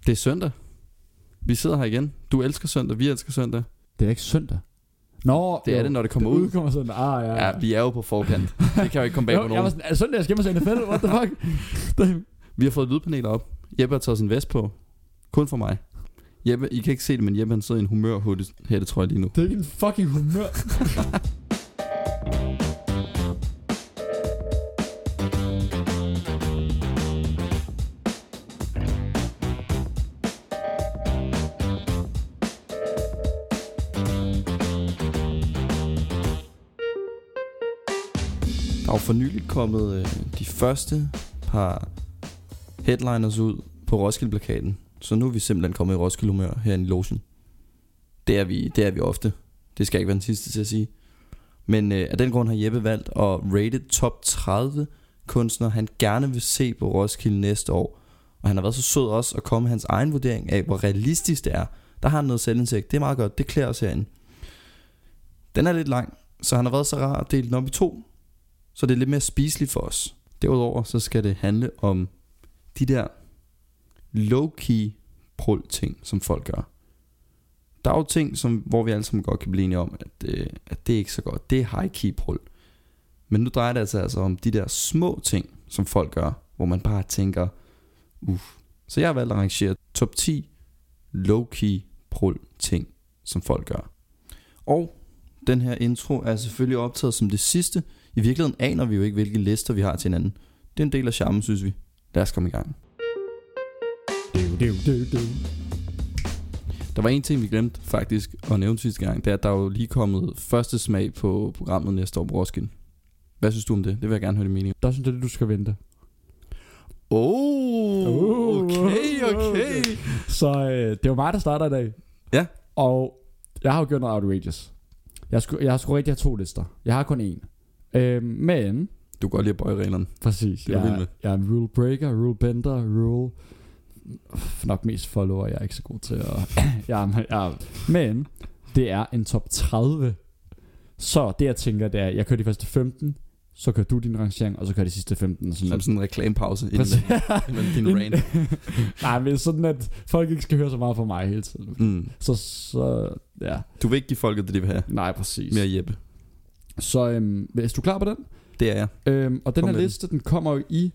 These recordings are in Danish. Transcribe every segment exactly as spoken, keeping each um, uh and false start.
Det er søndag. Vi sidder her igen. Du elsker søndag, vi elsker søndag. Det er ikke søndag. Nå, det er jo, det, når det kommer det ud. udkommer søndag. Ah, ja, ja. Ja, vi er jo på forkant. Det kan jo ikke komme bag på nogen. Jeg var sådan, er søndag, jeg skal hjemme og se N F L? What the fuck? Vi har fået lydpaneler op. Jeppe har taget sin vest på. Kun for mig. Jeppe, I kan ikke se det, men Jeppe han sidder i en humørhætte, tror jeg lige nu. Det er ikke en fucking humør. Der er jo for nyligt kommet øh, de første par headliners ud på Roskilde-plakaten. Så nu er vi simpelthen kommet i Roskilde-humør herinde i logen. Det er vi, det er vi ofte. Det skal ikke være den sidste til at sige. Men øh, af den grund har Jeppe valgt at rate top tredive kunstnere, han gerne vil se på Roskilde næste år. Og han har været så sød også at komme med hans egen vurdering af, hvor realistisk det er. Der har han noget selvindsigt. Det er meget godt. Det klæder os herinde. Den er lidt lang, så han har været så rar at dele den op i to. Så det er lidt mere spiseligt for os. Derudover så skal det handle om de der low-key prul ting, som folk gør. Der er jo ting, som, hvor vi alle sammen godt kan blive enige om, at, øh, at det er ikke så godt. Det er high-key prul. Men nu drejer det altså, altså om de der små ting, som folk gør, hvor man bare tænker, uff. Så jeg har valgt at arrangere top ti low-key prul ting, som folk gør. Og den her intro er selvfølgelig optaget som det sidste. I virkeligheden aner vi jo ikke, hvilke lister vi har til hinanden. Det er en del af charmen, synes vi. Lad os komme i gang. Der var en ting, vi glemte faktisk at nævne sidste gang. Det er, at der er jo lige kommet første smag på programmet næste år på Roskilde. Hvad synes du om det? Det vil jeg gerne høre din mening. Der synes jeg, det du skal vente. Oh, okay, okay. Så øh, det er jo mig, der starter i dag. Ja. Og jeg har jo gjort noget outrageous. Jeg skulle, jeg skulle rigtig have to lister. Jeg har kun én. Øh, men du kan godt lide at bøje reglerne. præcis. Det er jeg, jeg er en rule breaker, rule bender, rule nok mest follower. Jeg er ikke så god til at jeg, jeg, men det er en top tredive. Så det jeg tænker, det er, jeg kører de første femten, så kører du din rangering, og så kører de sidste femten. Sådan, sådan en reklamepause inden din rain. Nej, men sådan at folk ikke skal høre så meget fra mig hele tiden. Mm. Så, så ja. Du vil ikke give folket det, de vil have. Nej, præcis. Mere Jeppe. Så øhm, er du klar på den? Det er jeg. Øhm, og den her liste, den kommer jo i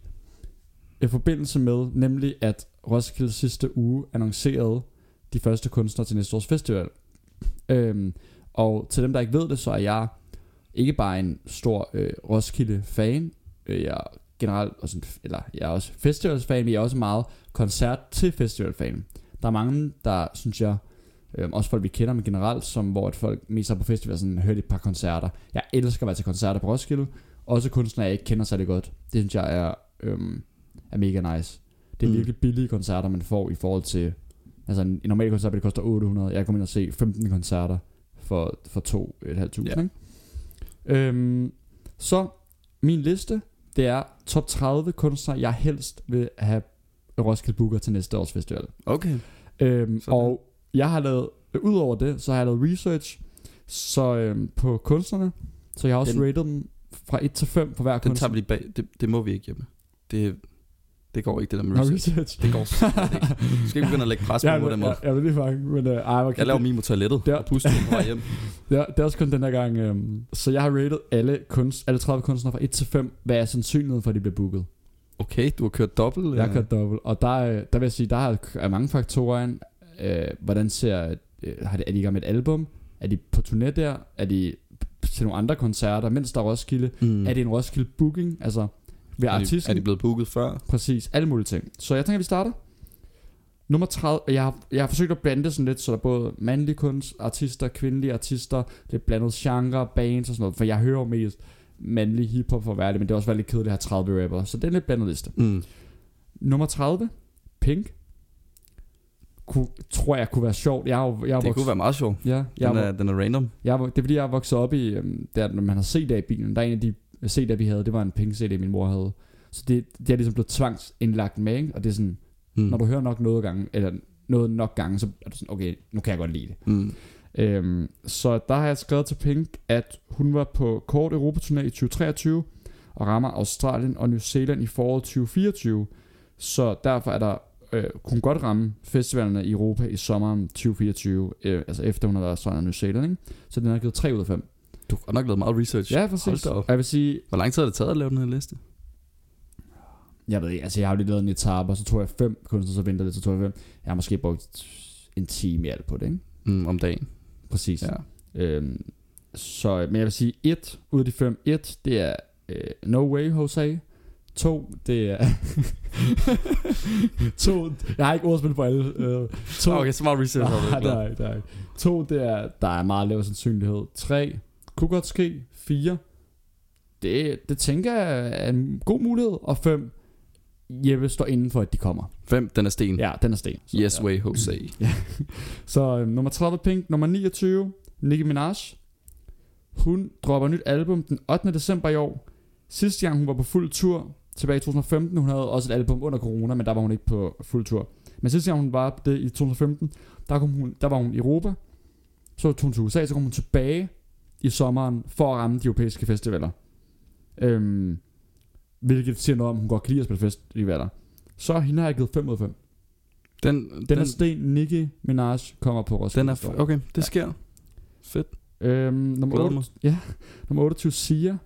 i forbindelse med, nemlig at Roskilde sidste uge annoncerede de første kunstnere til næste års festival. Øhm, og til dem, der ikke ved det, så er jeg ikke bare en stor øh, Roskilde-fan. Jeg er generelt også, eller jeg er også festivalsfan, men jeg er også meget koncert til festivalfan. Der er mange, der synes jeg, øh, også folk vi kender, men generelt, som hvor at folk mest er på festival, sådan hørt et par koncerter. Jeg elsker at være til koncerter på Roskilde. Også kunstnere, jeg ikke kender særlig godt. Det synes jeg er, øhm, er mega nice. Det er mm. virkelig billige koncerter, man får i forhold til, altså en, en normal koncert, det koster otte hundrede. Jeg kommer ind og se femten koncerter for, for to et halvt tusind. Yeah. Øhm, så min liste, det er top tredive kunstnere, jeg helst vil have Roskilde booker til næste års festival. Okay. Øhm, og jeg har lavet, udover det, så har jeg lavet research så øhm, på kunstnerne. Så jeg har også Den... rated dem fra et til fem på hver kunstner. Den tager vi lige bag. Det, det må vi ikke hjemme. Det, det går ikke, det der med research. research. Det går ikke. Du skal ikke begynde at lægge pres på ja, på den måde. Jeg vil lige fange, men uh, ej, okay. Jeg laver min på toilettet der, og puster på vej hjem. det, er, det er også kun den her gang. Um, så jeg har rated alle, kunst, alle tredive kunstnere fra et til fem. Hvad er sandsynligheden for, at de bliver booket? Okay, du har kørt dobbelt. Jeg har kørt dobbelt. Og der, der vil jeg sige, der er mange faktorer. Uh, hvordan ser, uh, har de, er de i gang med et album? Er de på turné der? Er de til nogle andre koncerter, mens der er Roskilde? Mm. Er det en Roskilde booking? Altså, ved er, de, artisten? er de blevet booket før? Præcis, alle mulige ting. Så jeg tænker, vi starter. Nummer tredive. Jeg har, jeg har forsøgt at blande sådan lidt, så der er både mandlige kunst, artister, kvindelige artister, lidt blandet genre, bands og sådan noget. For jeg hører jo mest mandlig hiphop for at være det, men det er også lidt kedeligt at have tredive rapper. Så det er en lidt blandet liste. Mm. Nummer tredive. Pink. Kunne, tror jeg kunne være sjovt. Jeg er, jeg er det vokset, kunne være meget sjovt. Ja, jeg den, er, den er random. Jeg, det er fordi jeg er vokset op i um, der, når man har C D i bilen. Der er en af de C D'er vi havde, det var en Pink C D min mor havde. Så det, det er ligesom blevet tvangsindlagt med, ikke? Og det er sådan mm. når du hører nok noget gange, eller noget nok gange, så er du sådan, okay, nu kan jeg godt lide det. mm. øhm, Så der har jeg skrevet til Pink, at hun var på kort Europaturné i tyve treogtyve og rammer Australien og New Zealand i foråret tyve fireogtyve. Så derfor er der øh, kunne godt ramme festivalerne i Europa i sommeren tyve fireogtyve, øh, altså efter hun har været Australien og New Zealand, ikke? Så den har givet tre ud af fem. Du har godt nok lavet meget research. Ja, præcis. Jeg vil sige, hvor lang tid har det taget at lave den her liste? Jeg ved ikke, altså jeg har jo lige lavet en etape, og så tror jeg fem kunstnere, så venter det, så tror jeg fem. Jeg har måske brugt en time i alt på det, ikke? Mm, om dagen. Præcis. Ja. Øhm, så, men jeg vil sige, et ud af de fem, et, det er øh, No Way Jose. To, det er to, jeg har ikke ordspil på alle. Øh, to, okay, så meget research. Nej, der er, der er. To, det er, der er meget lav sandsynlighed. Tre, kunne godt ske. Fire, det, det tænker jeg er en god mulighed. Og fem, Jeppe står inden for, at de kommer. Fem, den er sten. Ja, den er sten. Så, yes, ja. Way Jose. Ja. Så øh, nummer tredive Pink. Nummer niogtyve Nicki Minaj. Hun dropper nyt album den ottende december i år. Sidste gang hun var på fuld tur, tilbage i to tusind og femten. Hun havde også et album under corona, men der var hun ikke på fuld tur. Men sidste gang hun var på det i to tusind og femten, der, kom hun, der var hun i Europa. Så tog hun til U S A, så kom hun tilbage i sommeren for at ramme de europæiske festivaler. Øhm, hvilket siger noget om, hun godt kan lide at spille festivaler. Så hende har jeg givet fem ud af fem. Den, den, den er sten. Nicki Minaj kommer på Roskilde. Den er f- okay, det sker. Ja. Fedt. Øhm, nummer, otte, ja, nummer otteogtyve Sia,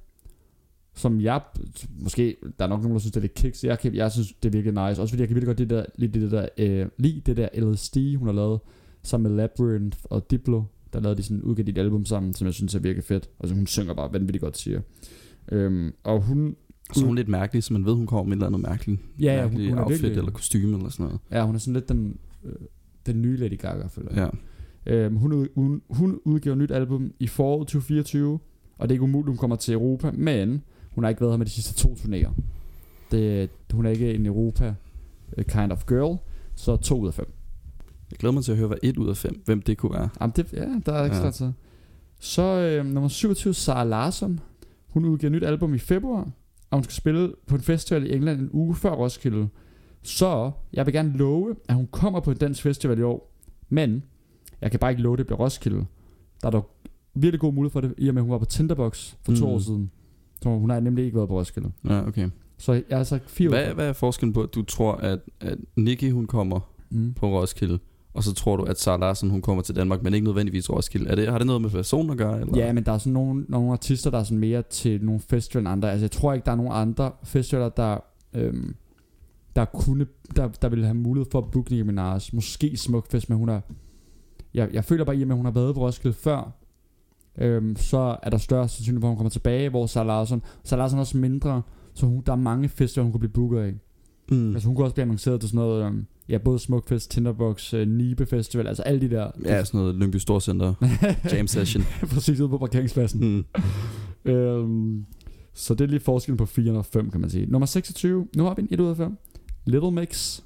som jeg måske, der er nok nogen der synes det er lidt kiks. Jeg, kan, jeg synes det virker nice. Også fordi jeg kan virkelig godt det der, lide det der, øh, lide det der L S D hun har lavet sammen med Labyrinth og Diplo. Der lavede de sådan udgivet et album sammen, som jeg synes er virkelig fedt. Altså hun synger bare vanvittigt godt, siger. Øhm, og hun så hun er lidt mærkelig, så man ved hun kommer med et eller andet mærkeligt. Ja, ja, mærkeligt hun, hun er outfit virkelig, eller kostume eller sådan noget. Ja, hun er sådan lidt den øh, den nye Lady Gaga, føler jeg. Ja. Øhm, hun, ud, hun, hun udgiver et nyt album i foråret tyve fireogtyve, og det er ikke umuligt, hun kommer til Europa, men hun har ikke været her med de sidste to turnéer. Det, hun er ikke en Europa kind of girl, så to ud af fem. Jeg glæder mig til at høre, hvad et ud af fem, hvem det kunne være. Jamen det, ja, der er ekstra ja. til. Så øh, nummer syvogtyve Zara Larsson. Hun udgiver et nyt album i februar, og hun skal spille på en festival i England en uge før Roskilde. Så jeg vil gerne love, at hun kommer på en dansk festival i år, men jeg kan bare ikke love, at det bliver Roskilde. Der er dog virkelig god mulighed for det, i og med at hun var på Tinderbox for mm. to år siden. Så hun har nemlig ikke været på Roskilde. Ja, okay. Så jeg har sagt fire hvad, hvad er forskellen på, at du tror, at, at Nicki hun kommer mm. på Roskilde, og så tror du, at Zara Larsson hun kommer til Danmark, men ikke nødvendigvis Roskilde? Er det, har det noget med personen at gøre? Eller? Ja, men der er sådan nogle, nogle artister, der er sådan mere til nogle festivaler end andre. Altså jeg tror ikke, der er nogen andre festivaler, der... Øhm, der kunne der, der ville have mulighed for at booke Nicki Minaj. Måske Smukfest, men hun er... Jeg, jeg føler bare i, at hun har været på Roskilde før. Øhm, så er der større sandsynlighed for, at hun kommer tilbage, hvor Zara Larsson... Zara Larsson er også mindre, så hun, der er mange festivaler, hun kunne blive booket af. Mm. Altså hun kunne også blive annonceret til sådan noget... Um, ja, både Smukfest, Tinderbox, uh, Nibe Festival, altså alle de der... Ja, sådan noget Lyngby Storcenter, Jam Session. Præcis ude på parkeringspladsen. Mm. øhm, så det er lige forskellen på fire og fem, kan man sige. Nummer seksogtyve, nu har vi en et ud af fem. Little Mix.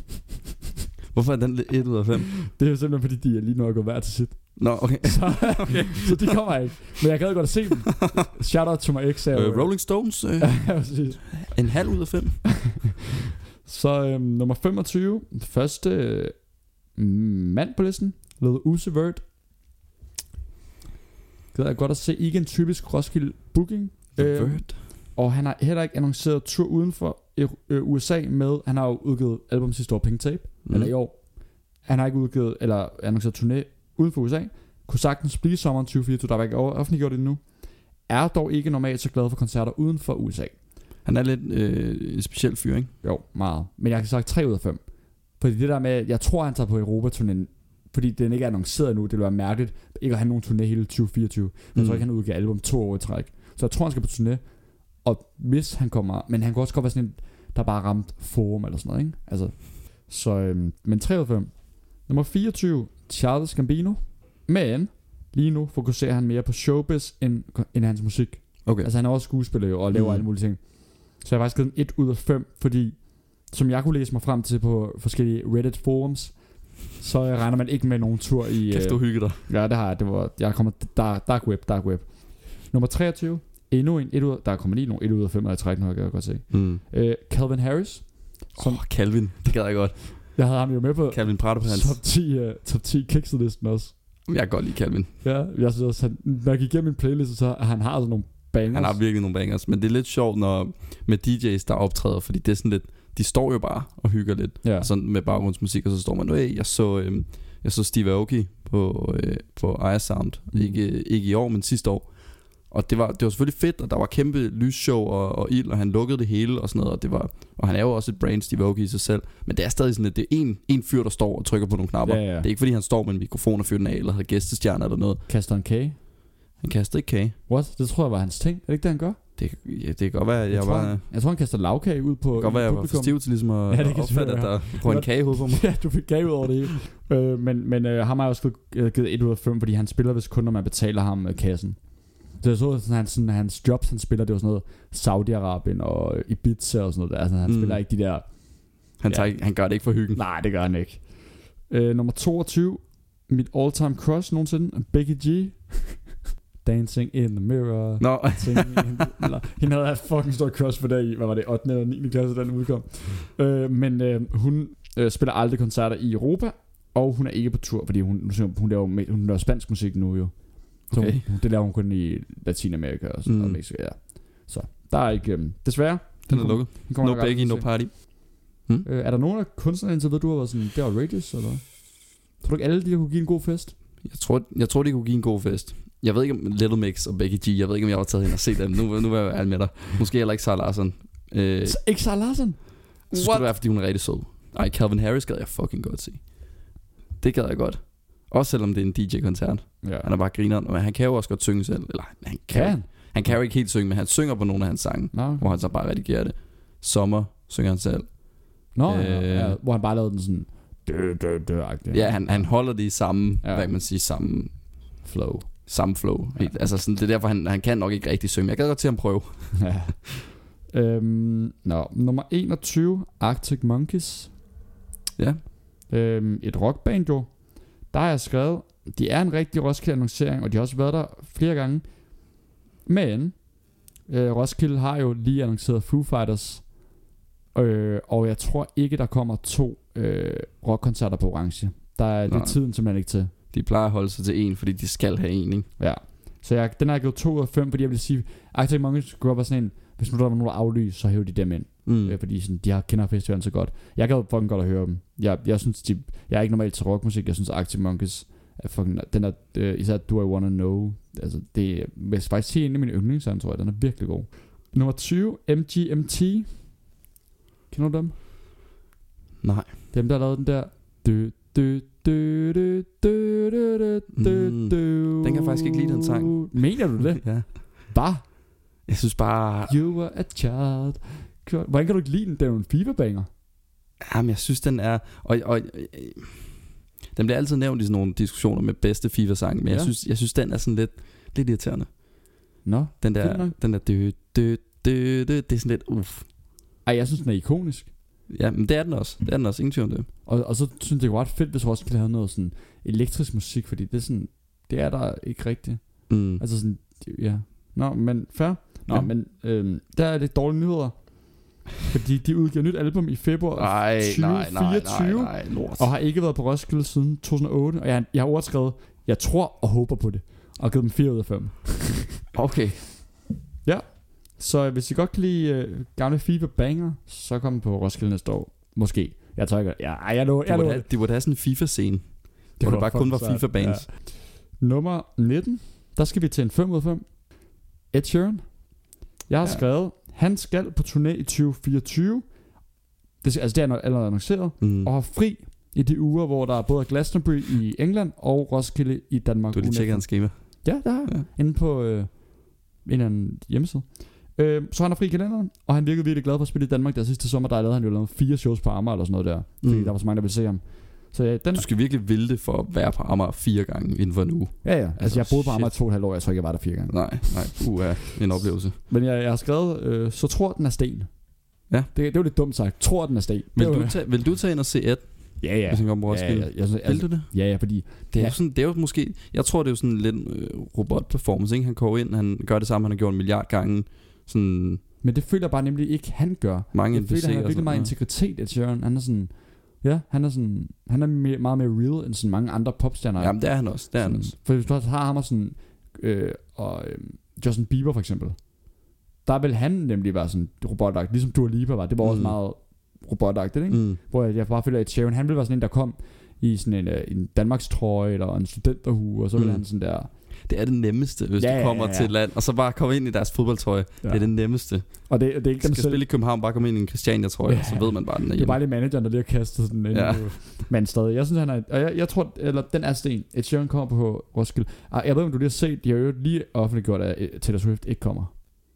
Hvorfor er den et ud af fem? Det er jo simpelthen fordi de er lige nu er gået hver til sit. Nå, okay. Så, okay. så de kommer ikke. Men jeg gad godt at se dem. Shout out to my ex. uh, Rolling Stones. Uh, ja, præcis. En halv ud af fem. Så øhm, nummer femogtyve. Første øh, mand på listen. Lil Uzi Vert. Gad jeg godt at se. Ikke en typisk Roskilde booking. Øhm, og han har heller ikke annonceret tur uden for U S A med. Han har jo udgivet album sidste år, Pink Tape, mm. eller i år. Han har ikke udgivet eller annonceret turné uden for U S A. Kunne sagtens blive sommeren tyve fireogtyve, der var ikke offentliggjort det endnu. Er dog ikke normalt så glad for koncerter uden for U S A. Han er lidt øh, en speciel fyr, ikke? Jo, meget. Men jeg kan sagt tre ud af fem. Fordi det der med, jeg tror han tager på Europa-turnéen, fordi den ikke er annonceret endnu. Det ville være mærkeligt ikke at have nogen turné hele tyve fireogtyve. Men mm. jeg tror ikke han udgiver album to år i træk. Så jeg tror han skal på turné. Og hvis han kommer, men han kan også godt være sådan en, der bare ramt forum eller sådan noget, ikke? Altså, så, øhm, men tre ud af fem. Nummer fireogtyve, Childish Gambino. Men lige nu fokuserer han mere på showbiz end, end hans musik. Okay. Altså han er også skuespiller jo, og laver mm. alle mulige ting. Så jeg har faktisk givet en et ud af fem, fordi som jeg kunne læse mig frem til på forskellige Reddit forums, så regner man ikke med nogen tur i... Kan du hygge dig? Ja, det har jeg. Det var, jeg kommer dark, dark web, dark web. Nummer treogtyve. Endnu en et ud af, der kommer lige nogle et ud af fem, og jeg trækker nu, kan jeg godt se. Mm. Uh, Calvin Harris. Åh, oh, Calvin. Det gad jeg godt. Jeg havde ham jo med på Calvin Prater på hans top ti, uh, top ti kikselisten også. Jeg kan godt lide Calvin. Ja, jeg synes også, han, når jeg gik igennem min playlist, så han har sådan nogle bangers. Han har virkelig nogle bangers, men det er lidt sjovt når med D J's der optræder, fordi det er sådan lidt, de står jo bare og hygger lidt, Ja. sådan med baggrundsmusik, og så står man, hey, jeg så, øh, jeg så Steve Aoki på, øh, på Aya Sound, Mm. ikke, ikke i år, men sidste år. Og det var, det var selvfølgelig fedt, og der var kæmpe lysshow og, og ild, og han lukkede det hele og sådan noget, og, det var, og han er jo også et brand, Steve Aoki i sig selv. Men det er stadig sådan, at det er en, en fyr, der står og trykker på nogle knapper. Ja, ja. Det er ikke fordi, han står med en mikrofon og fyrer den af, eller har gæstestjerner eller noget. Kaster en kage. Han kaster ikke kage. What? Det tror jeg var hans ting. Er det ikke det, han gør? Det, ja, det kan godt være, at jeg, Jeg, tror, var... han, jeg tror, han kaster lavkage ud på Det kan godt være, at jeg var for stiv til ligesom at Ja, det ja, kan opfatte, at selvfølgelig der går en kage i hovedet på mig. Ja, du fik gave ud over det hele. øh, Men, men øh, ham har jeg også givet, givet et ud af fem, fordi han spiller vist kun, når man betaler ham øh, kassen. Så jeg så sådan, han, sådan, hans jobs, han spiller, det var sådan noget Saudi-Arabien og Ibiza og sådan noget der. Altså, han Mm. mm. spiller ikke de der... Han, tager, Ja. ikke- han gør det ikke for hyggen. Nej, det gør han ikke. øh, Nummer toogtyve. Mit all-time crush nogensinde. Becky G. Dancing in the mirror. Nå, In, eller, hende havde jeg fucking stor crush for der i, hvad var det, ottende eller niende klasse, da den udkom. øh, Men øh, hun øh, spiller aldrig koncerter i Europa, og hun er ikke på tur, fordi hun, hun, hun, laver, med- hun laver spansk musik nu jo. Så Okay. hun, det laver hun kun i Latinamerika og, Mm. mm. og Mexico, ja. Så der er ikke, øh, desværre. den er lukket. Hun kommer No nok aldrig Becky, til no at se. party. øh, Er der nogen af kunstnerne indtil ved, du har været sådan, det er outrageous, eller hvad? Tror du ikke alle de der kunne give en god fest? Jeg tror, jeg tror, det kunne give en god fest. Jeg ved ikke om Little Mix og Becky G, jeg ved ikke, om jeg har taget hen og set dem. Nu, nu vil jeg være ærlig med dig. Måske heller ikke Sarah Larsson. Øh, Så, ikke Sarah Larsson? så skulle det være, fordi hun er rigtig sød. Ej, Calvin Harris gad jeg fucking godt se. Det gad jeg godt. Også selvom det er en D J-koncert. Ja. Han er bare grineren, men han kan jo også godt synge selv. Eller han kan, Kan han? han kan jo ikke helt synge, men han synger på nogle af hans sange, Nå, okay. hvor han så bare redigerer det. Sommer synger han selv. Nå Øh. ja, ja, hvor han bare lavede den sådan dø, dø, dø, Ja, han, han holder det i samme, Ja. ja. hvad kan man sige, samme, flow. samme flow. Ja. Ja. Altså sådan, det er derfor, han, han kan nok ikke rigtig synge. Jeg gad godt til at prøve. Ja. øhm, nå, nummer enogtyve, Arctic Monkeys. Ja. Øhm, et rockband jo. Der har jeg skrevet, de er en rigtig Roskilde annoncering, og de har også været der flere gange. Men øh, Roskilde har jo lige annonceret Foo Fighters, øh, og jeg tror ikke der kommer to øh, rockkoncerter på Orange. Der er det Nej. tiden simpelthen ikke til. De plejer at holde sig til en, fordi de skal have en, ikke? Ja. Så jeg, den har jeg givet to ud af fem, fordi jeg vil sige, Arctic Monkeys skulle godt være sådan en, hvis nu der var nogen der aflyst, så hæver de dem ind. Mm. Mm. Øh, fordi sådan, de har kender festivalen så godt. Jeg gad fucking godt at høre dem. Jeg, jeg synes, de, jeg er ikke normalt til rockmusik. Jeg synes, Arctic Monkeys er fucking, den er, øh, især Do I Wanna Know. Altså, det er, jeg skal faktisk sige en af mine yndlingssange, tror jeg. Den er virkelig god. Nummer tyve, M G M T. Kender du dem? Nej. Dem, der har lavet den der. Du, du, du, du, du, du, du, du, Mm. du. Den kan jeg faktisk ikke lide, den sang. Mener du det? Ja. Bare. Jeg synes bare... You were a child. Hvordan kan du ikke lide den? Det er jo en feverbanger. Jamen, jeg synes, den er... Og, og, øh, den bliver altid nævnt i sådan nogle diskussioner med bedste FIFA-sang, men ja. jeg, Ja. synes, jeg synes, den er sådan lidt, lidt irriterende. Nå. Den Fedt der... nok. Den der... Dø, dø, dø, dø, det er sådan lidt... Uff. Ej, jeg synes, den er ikonisk. Ja, men det er den også. Det er den også. Ingen tvivl om det. Og, og så synes jeg, det er ret fedt, hvis Roskilde havde noget sådan elektrisk musik, fordi det er sådan, det er der ikke rigtigt. Mm. Altså sådan, ja. Nå, men fair. Nå, Ja. men øhm, der er lidt dårlige nyheder. Fordi de udgiver nyt album i februar Ej, tyve nej, nej, fireogtyve, nej, nej, lort. og har ikke været på Roskilde siden to tusind og otte. Og jeg, jeg har ordskrevet, jeg tror og håber på det. Og har givet dem fire ud af fem. Okay. Så hvis I godt kan lide øh, gamle FIFA banger, så kom på Roskilde næste år. Måske. Jeg tør ikke. Ja, ej, jeg lover, De jeg burde, lover have, de burde have sådan en FIFA-scene, hvor det bare kun var fucking sejt. FIFA-bands. Ja. Nummer nitten. Der skal vi til en fem ud af fem. Ed Sheeran. Jeg har Ja. ja. skrevet, han skal på turné i tyve fireogtyve. Det, skal- altså det er allerede annonceret. Mm. Og har fri i de uger, hvor der er både Glastonbury i England og Roskilde i Danmark. Du har lige ugen tjekket efter. hans schema. Ja, det har jeg. Ja. Ja. Inde på øh, en eller anden hjemmeside. Øh, så han er fri i kalenderen, og han virkede virkelig glad for at spille i Danmark. Der sidste sommer, der lavede han jo lavet fire shows på Amager eller sådan noget der. Fordi Mm. der var så mange, der ville se ham. Så ja, den, Du skal virkelig ville det for at være på Amager fire gange inden for en uge. ja, ja. Altså, Altså, jeg boede på shit. Amager to og et halvt år. Jeg tror ikke, jeg var der fire gange. Nej, nej. Uh, ja, en oplevelse. Men jeg, jeg har skrevet, øh, så tror den er sten. Ja. Det, det var lidt dumt sagt. Tror den er sten. Vil det du, var, tage, vil du tage ind og se Ed, ja, ja. hvis han kommer på Ja, Roskilde? ja, jeg, synes, Vil du det? ja, ja, fordi Det er, Ja. jo sådan, det er jo måske... Jeg tror, det er jo sådan lidt øh, robot-performance, ikke? Han går ind, han gør det samme, han har gjort en milliard gange. Sådan men det føler jeg bare nemlig ikke, han gør. mange Jeg N P C'er føler, han har og virkelig sådan meget noget. integritet, Ed Sheeran. Han er sådan, ja, han er sådan, han er mere, meget mere real end sådan mange andre popstjerner. Jamen, det er han også. Det er han Sådan, også. For hvis du har ham og sådan, øh, og øh, Justin Bieber for eksempel, der vil han nemlig være sådan robotagtig, ligesom Dua Lipa var. Det var også Mm. meget robotagtigt, ikke? Mm. Hvor jeg, jeg bare føler, at Sharon, han ville være sådan en, der kom i sådan en, uh, en Danmarks trøje eller en studenterhue, og så ville mm. han sådan der. Det er det nemmeste, hvis ja, du kommer ja, ja. til et land, og så bare komme ind i deres fodboldtrøje. Ja. Det er det nemmeste. Og det, det er ikke skal dem selv. spille i København, bare komme ind i en Christiania-trøje, ja. Så ved man bare, den er hjemme. Det er bare lige manageren, der lige har kastet sådan en. Ja. Men stadig, jeg synes, han er, og jeg, jeg tror, eller den er sten. Ed Sheeran kommer på Roskilde. Jeg ved om du lige har set, de har jo lige offentliggjort, at Taylor Swift ikke kommer.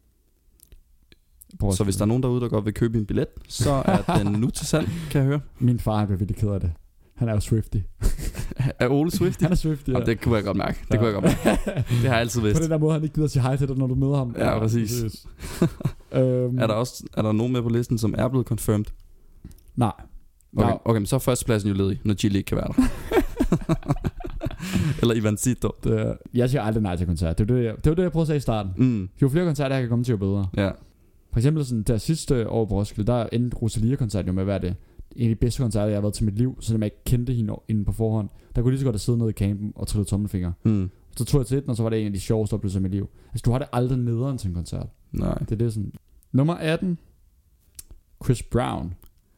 Så hvis der er nogen derude, der godt vil købe en billet, så er den nu til salg, kan jeg høre. Min far, han bliver virkelig ked af det. Han er jo Swiftie. Er Ole Swiftie? Han er Swiftie, ja. Jamen, det kunne jeg godt mærke. Det ja. kunne jeg godt mærke. Det har jeg altid vidst. På den der måde, han ikke gider at sige hej til dig, når du møder ham. Ja, præcis. um, er der også er der nogen med på listen, som er blevet confirmed? Nej. Okay, okay, men så er førstepladsen jo ledig, når Chile ikke kan være der. Eller Ivancito. Det, jeg siger aldrig nej til koncert. Det var det, jeg, det, var det, jeg prøvede at sige i starten. Mm. Jo flere koncerter, jeg kan komme til, jo bedre. Ja. For eksempel sådan, der sidste år på Roskilde, der endte Rosalia-koncert jo med at være det. En af de bedste koncerter, jeg har været til mit liv, selvom jeg ikke kendte hende inden på forhånd. Der kunne lige så godt at sidde nede i campen og trille tommelfinger. Mm. Så tog jeg til den, og så var det en af de sjoveste oplevelser i mit liv. Altså, du har det aldrig nederen til en koncert. Nej. Det er det sådan. Nummer atten. Chris Brown.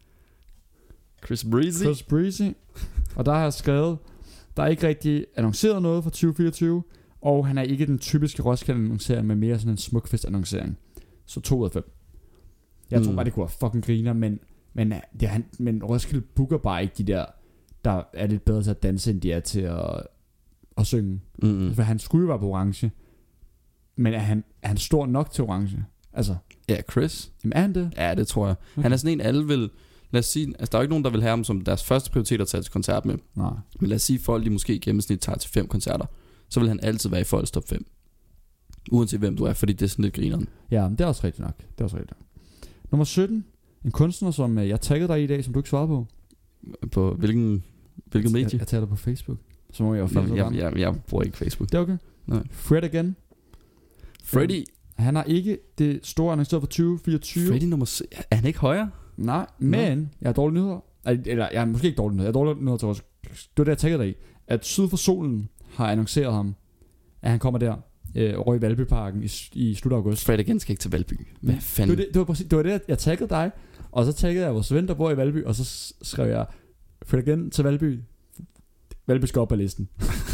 Chris Breezy. Chris Breezy. Og der har jeg skrevet, der er ikke rigtig annonceret noget for tyve fireogtyve, og han er ikke den typiske Roskilde-annoncering, med mere sådan en smukfest-annoncering. Så to ud af fem. Jeg mm. tror bare, det kunne være fucking griner, men Men, det, han, men Roskilde booker bare ikke de der, der er lidt bedre til at danse, end de er til at, at synge. Mm-hmm. For han skulle jo være på orange. Men er han, er han stor nok til orange? Altså, ja, Chris. Jamen er han det? Ja, det tror jeg. Okay. Han er sådan en, alle vil. Lad os sige, altså der er jo ikke nogen, der vil have ham som deres første prioritet at tage til koncert med. Nej. Men lad os sige, folk de måske i gennemsnit tager til fem koncerter. Så vil han altid være i folks top fem. Uanset hvem du er, fordi det er sådan lidt grineren. Ja, det er også rigtigt nok. Det er også rigtigt nok. Nummer sytten. En kunstner, som jeg taggede dig i dag, som du ikke svarede på. På hvilken, hvilket medie? Jeg, jeg tager dig på Facebook. Så må jeg jo falde jeg, jeg, jeg, jeg bruger ikke Facebook. Det er okay. Nej. Fred again. Freddy. Han har ikke det store annonceret for tyve fireogtyve. Freddy nummer syv. Er han ikke højere? Nej, men no. Jeg har dårlige nyheder. Eller jeg er måske ikke dårlige nyheder. Jeg har dårlige nyheder til os. Det var det, jeg taggede dig i. At Syd for Solen har annonceret ham, at han kommer der. Øh, over i Valbyparken i, i slut af august. Fred again skal ikke til Valby. Hvad fanden? Det var det, det, var præcis, det var det, jeg taggede dig. Og så taggede jeg vores ven, der bor i Valby. Og så skrev jeg Fred again til Valby. Valby skal op på listen.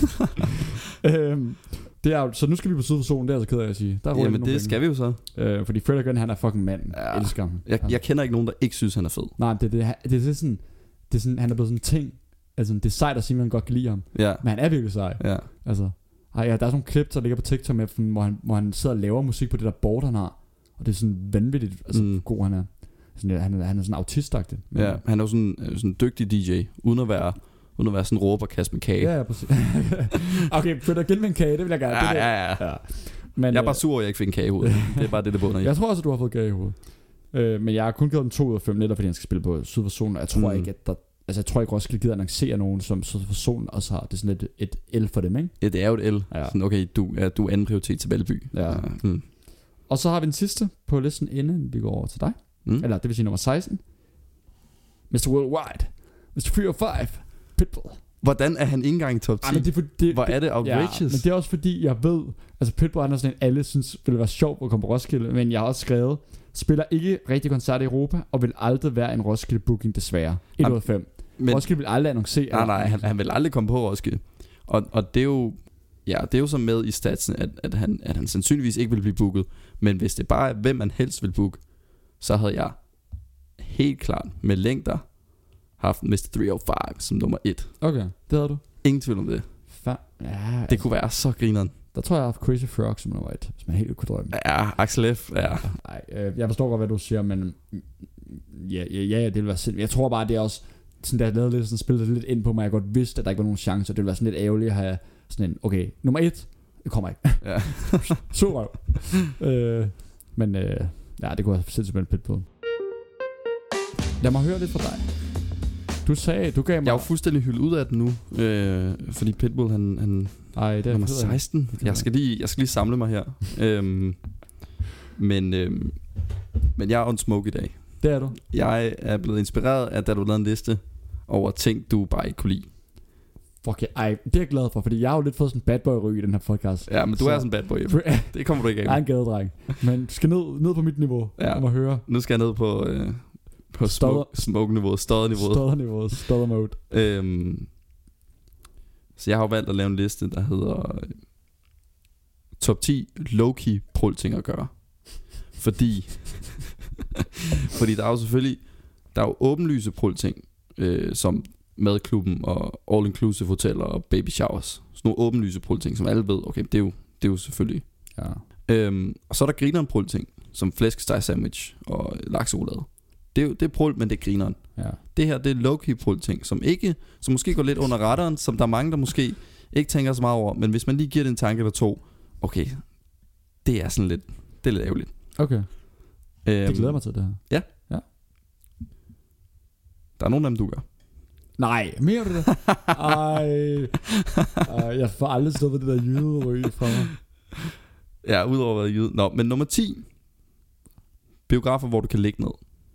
øhm, det er, så nu skal vi på Syd for Solen. Det er så ked af at sige. Der Jamen det penge. Skal vi jo så. øh, Fordi Fred again, han er fucking mand. Ja. Jeg elsker ham. jeg, jeg kender ikke nogen, der ikke synes han er fed. Nej, det, det, det, det er sådan, det er sådan, han er blevet sådan en ting. Altså det er sejt at sige, at man godt kan lide ham. Ja. Men han er virkelig sej. Ja. Altså ej, ja, der er sådan nogle klip, der ligger på TikTok med, hvor han, hvor han sidder og laver musik på det der board, han har. Og det er sådan vanvittigt, altså mm. god han er. Sådan, han, han er sådan autistagtig. Ja, han er jo sådan sådan en dygtig D J, uden at være, uden at være sådan råber kasse med kage. Ja, ja, præcis. Okay, flytter igen med en kage, det vil jeg gerne. Ja, det, ja, ja. ja. Men, jeg er bare sur, at jeg ikke fik en kage i hovedet. Det er bare det, det bunder i. Jeg tror også, at du har fået kage i hovedet. Øh, men jeg har kun givet den to ud af fem, netop fordi han skal spille på Syd for Solen. Og jeg tror mm. ikke, at der... Altså jeg tror ikke Roskilde gider annoncere nogen, som Syd for Solen også har. Det er sådan et, et L for dem, ikke? Ja, det er jo et L. Ja. Sådan, okay, du, ja, du er anden prioritet til Valby. Ja. Ja. Mm. Og så har vi den sidste på listen, inden vi går over til dig. Mm. Eller det vil sige nummer seksten. mister Worldwide. mister fire og fem. Pitbull. Hvordan er han ikke engang i top ti? Ej, det er for, det, Hvor er det outrageous? Ja, men det er også fordi, jeg ved... Altså Pitbull er sådan en, alle synes, ville være sjovt at komme på Roskilde. Men jeg har også skrevet, spiller ikke rigtig koncert i Europa, og vil aldrig være en Roskilde booking, desværre. et ud af fem. Men Roskilde vil aldrig annoncere. Nej, nej, han, han vil aldrig komme på Roskilde. Og, og det er jo... Ja, det er jo så med i statsen, at, at, han, at han sandsynligvis ikke vil blive booket. Men hvis det bare er, hvem man helst vil booke, så havde jeg helt klart med længder haft mister tre nul fem som nummer et. Okay, det havde du. Ingen tvivl om det. Fa- ja, det altså, kunne være så grineren. Der tror jeg, jeg har haft Crazy Frog som nummer et, hvis man helt kunne drømme. Ja, Axel F. Ja. Nej, øh, jeg forstår godt, hvad du siger, men ja, ja, ja det vil være sindssygt. Jeg tror bare, det er også sådan, da jeg lavede lidt, sådan, spillede lidt ind på mig, jeg godt vidste, at der ikke var nogen chance, og det ville være sådan lidt ærgerligt at have sådan en, okay, nummer et, det kommer ikke. Ja. Så øh, men øh, ja, det kunne være sindssygt med Pitbull. Lad mig høre lidt fra dig. Du sagde, du gav mig... Jeg er jo fuldstændig hyldet ud af den nu, øh, fordi Pitbull, han, han Ej, det er nummer seksten. Jeg skal lige, jeg skal lige samle mig her. øhm, men, øhm, men jeg er on smoke i dag. Det er du. Jeg er blevet inspireret af, da du lavede en liste over ting, du bare ikke kunne lide. Fuck, jeg, ej, det er jeg glad for, fordi jeg har jo lidt fået sådan en bad boy ryg i den her podcast. Ja, men du så. Er sådan en bad boy. Det kommer du ikke af med. Jeg er en gadedreng. Men du skal ned, ned på mit niveau. Ja. Om at høre. Nu skal jeg ned på, øh, På smoke, smoke-niveauet, stodderniveauet. Stodderniveauet, stoddermode. Øhm, så jeg har jo valgt at lave en liste, der hedder øh, top ti low-key prul-ting at gøre. Fordi Fordi der er jo selvfølgelig der er jo åbenlyse prul-ting, øh, som madklubben og all-inclusive hoteller og baby showers. Sådan nogle åbenlyse prul-ting, som alle ved, okay, det er jo, det er jo selvfølgelig. Ja. Øhm, og så er der grineren prul-ting, som flæskesteg sandwich og lakseroulade. Det er jo det er prul, men det er grineren. Ja. Det her, det er low-key prul-ting, som ikke, som måske går lidt under radaren, som der er mange, der måske ikke tænker så meget over. Men hvis man lige giver det en tanke eller to, okay, det er sådan lidt, det er lidt ærgerligt. Okay. Øhm, Det glæder mig til det her. Ja. Ja. Der er nogle af dem, du gør. Nej, mere du det? Ej. Ej. Jeg får aldrig stoppet det der jyderyg fra mig. Ja, udover at være jyde. Nå, men nummer ti. Biografer, hvor du kan ligge ned.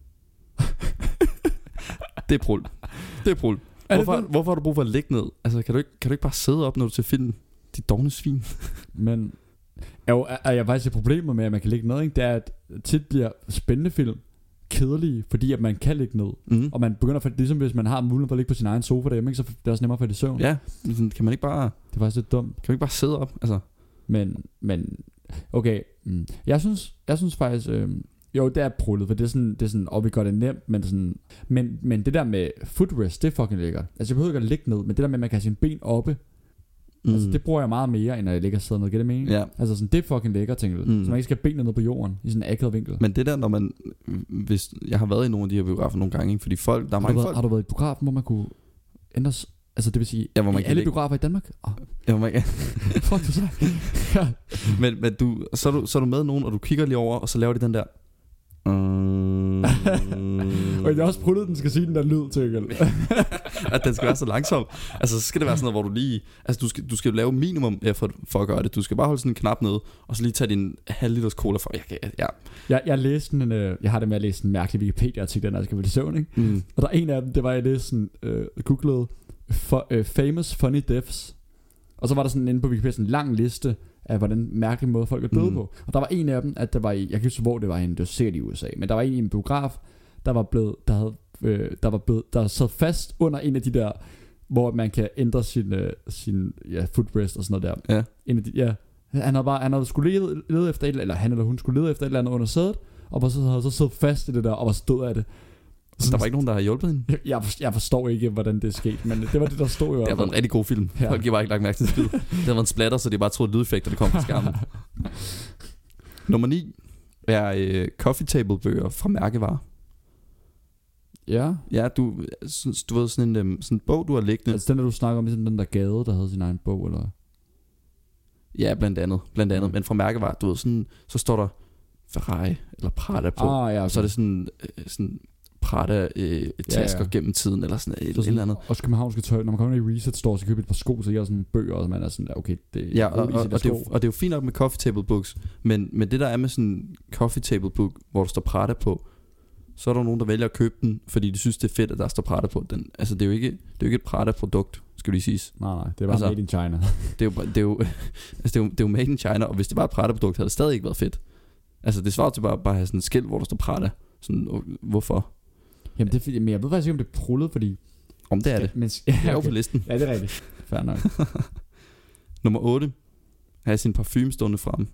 Det er prul. Det er prul. Hvorfor, hvorfor har du brug for at ligge ned? Altså, kan du ikke, kan du ikke bare sidde op, når du til film? De dovne svin. Men jo, er jeg faktisk et problem med, at man kan ligge ned, ikke? Det er, at tit bliver spændende film kedelige, fordi at man kan ligge ned. Mm. Og man begynder, for, ligesom hvis man har mulighed for at ligge på sin egen sofa derhjemme, ikke? Så det er også nemmere for det i søvn. Ja, kan man ikke bare... Det er faktisk lidt dumt. Kan man ikke bare sidde op? Altså. Men, men okay. Mm. Jeg synes, jeg synes faktisk... Øh, jo, det er prullet, for det er sådan, det er sådan, og vi gør det nemt, men sådan, men, men det der med footrest, det er fucking lækkert. Altså, jeg behøver ikke at ligge ned, men det der med, at man kan have sine ben oppe, mm. altså, det bruger jeg meget mere, end at jeg ligger og sidder ned. Giver det mening? Ja. Altså, sådan, det er fucking lækkert, tænker du. Mm. Så man ikke skal have benene ned på jorden, i sådan en akavet vinkel. Men det der, når man, hvis, jeg har været i nogle af de her biografer nogle gange, ikke? Fordi folk, der er har mange været, folk. Har du været i biografen, hvor man kunne ændres, altså det vil sige, ja, hvor man i alle biografer i Danmark? Oh. Ja, man kan. Fuck, du sagde. Ja. Men, men du, så, er du, så er du med nogen, og du kigger lige over, og så laver de den der. Mm. Og jeg har også prøvet, at den skal sige den der lyd til. At den skal være så langsom. Altså så skal det være sådan noget, hvor du lige, altså du skal, du skal lave minimum effort for at gøre det. Du skal bare holde sådan en knap nede, og så lige tage din halv liters cola for. Jeg, kan, ja. jeg, jeg læste en, øh, jeg har det med at læse en mærkelig Wikipedia-artikel, når jeg skal være i søvn, ikke? Mm. Og der er en af dem, det var jeg læste sådan, øh, googlede for, øh, famous funny deaths. Og så var der sådan inde på Wikipedia sådan en lang liste af hvordan mærkelig måde folk er døde mm. på. Og der var en af dem, at der var i, jeg kan ikke huske hvor det var henne, det var sikkert i U S A, men der var en i en biograf, der var blevet, der havde, øh, der var blevet, der sad fast under en af de der, hvor man kan ændre sin, øh, sin ja, footrest og sådan noget der. Ja. En af de, ja. Han havde bare, han havde skulle lede, lede efter et, eller han eller hun skulle lede efter et eller andet under sædet, og så havde så siddet fast i det der, og var stået af det. Så der var ikke nogen, der har hjulpet hende? Jeg, jeg, forstår, jeg forstår ikke, hvordan det er sket, men det var det, der stod i hvert fald. Det har været en rigtig god film. Ja. Folk har bare ikke lagt mærke til skid. Det har været en splatter, så de bare troede lydeffekter, der kom på skærmen. Nummer ni er øh, coffee table bøger fra mærkevarer. Ja. Ja, du, du ved sådan en, sådan en bog, du har liggende. Altså den der, du snakker om, ligesom den der gade, der havde sin egen bog, eller? Ja, blandt andet, blandt andet. Men fra mærkevarer, du ved sådan, så står der Ferrari eller Prada på. Ah, ja, okay. Og så er det sådan, øh, sådan Prada øh, tasker ja, ja. gennem tiden, eller sådan et, så sådan, et eller andet. Også københavnske tøj, når man kommer ind i Reset Store, så køber et par sko, så giver sådan bøger, og man er sådan, okay, det ja, og, og, og, det er jo, og det er jo fint nok med coffee table books, men, men det der er med sådan en coffee table book, hvor der står Prada på, så er der nogen, der vælger at købe den, fordi de synes, det er fedt, at der står Prada på den. Altså, det er jo ikke, det er jo ikke et Prada-produkt, skal lige siges. Nej, nej, det er bare altså, made in China. det, er jo, det, er jo, altså, det, er jo, det er jo made in China, og hvis det var et Prada-produkt, havde det stadig ikke været fedt. Altså, det svarer til bare, bare at have sådan et skilt, hvor der står Prada. Sådan, hvorfor? Jamen, det er fordi, men jeg ved faktisk ikke, om det er prullet, fordi... Om det er det. Men, ja, okay. Det er jo på listen. Ja, det er rigtigt. Fair nok. Nummer otte. Have sin parfume stående frem.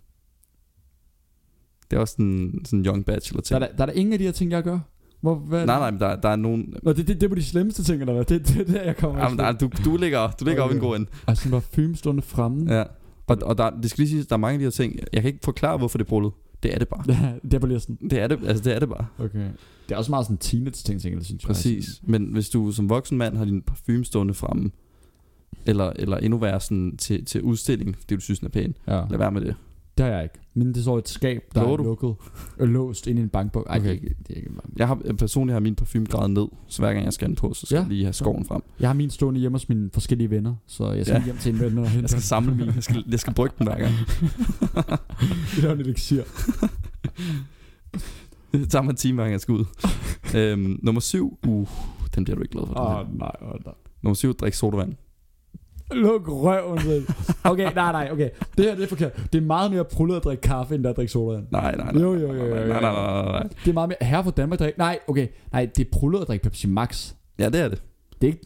Det er også sådan en young bachelor ting. Der er, der, der er der ingen af de her ting, jeg gør? Hvor, hvad nej, nej, men der, der er nogen... Nå, det, det, det er på de slemmeste ting, eller hvad? Det, det, det er der, jeg kommer... Jamen, der, du, du ligger, du ligger okay. op en god ende. Og sådan parfume stående fremme. Ja. Og, og der, det skal lige sige, der er mange af de her ting. Jeg kan ikke forklare, hvorfor det er brullet. Det er det bare. Det er på listen. Det er det, altså det er det bare. Okay. Det er også meget sådan teenage ting, ting, synes jeg. Præcis. Men hvis du som voksen mand har din parfume stående fremme, eller, eller endnu værre sådan til, til udstilling, fordi du synes den er pæn, ja. Lad være med det. Det har jeg ikke. Men det står et skab, der Lå er du? lukket og låst ind i en bankbog. Ej, okay. det, det er ikke en bankbog. Jeg har personligt har min parfume gradet ned, så hver gang jeg skal den på, så skal ja. jeg lige have skoven frem. Jeg har min stående hjemme hos mine forskellige venner, så jeg skal ja. hjem til en ven og hente. Jeg skal samle min. Jeg skal, jeg skal brygge den hver gang. Det er en elixir. Det tager mig en time, hver gang jeg skal ud. øhm, nummer syv. Uh, den bliver du ikke glad for. Åh oh, nej, oh, nej. Nummer syv, drik sodavand. Luk røven selv. Okay, nej, nej, okay. Det her, det er forkert. Det er meget mere prullet at drikke kaffe, end at drikke sodavand. Nej, nej, nej. Jo, jo, jo, jo, jo. Nej, nej, nej, nej. Det er meget mere... Her fra Danmark drikke... Nej, okay. Nej, det er prullet at drikke Pepsi Max. Ja, det er det. Det er ikke...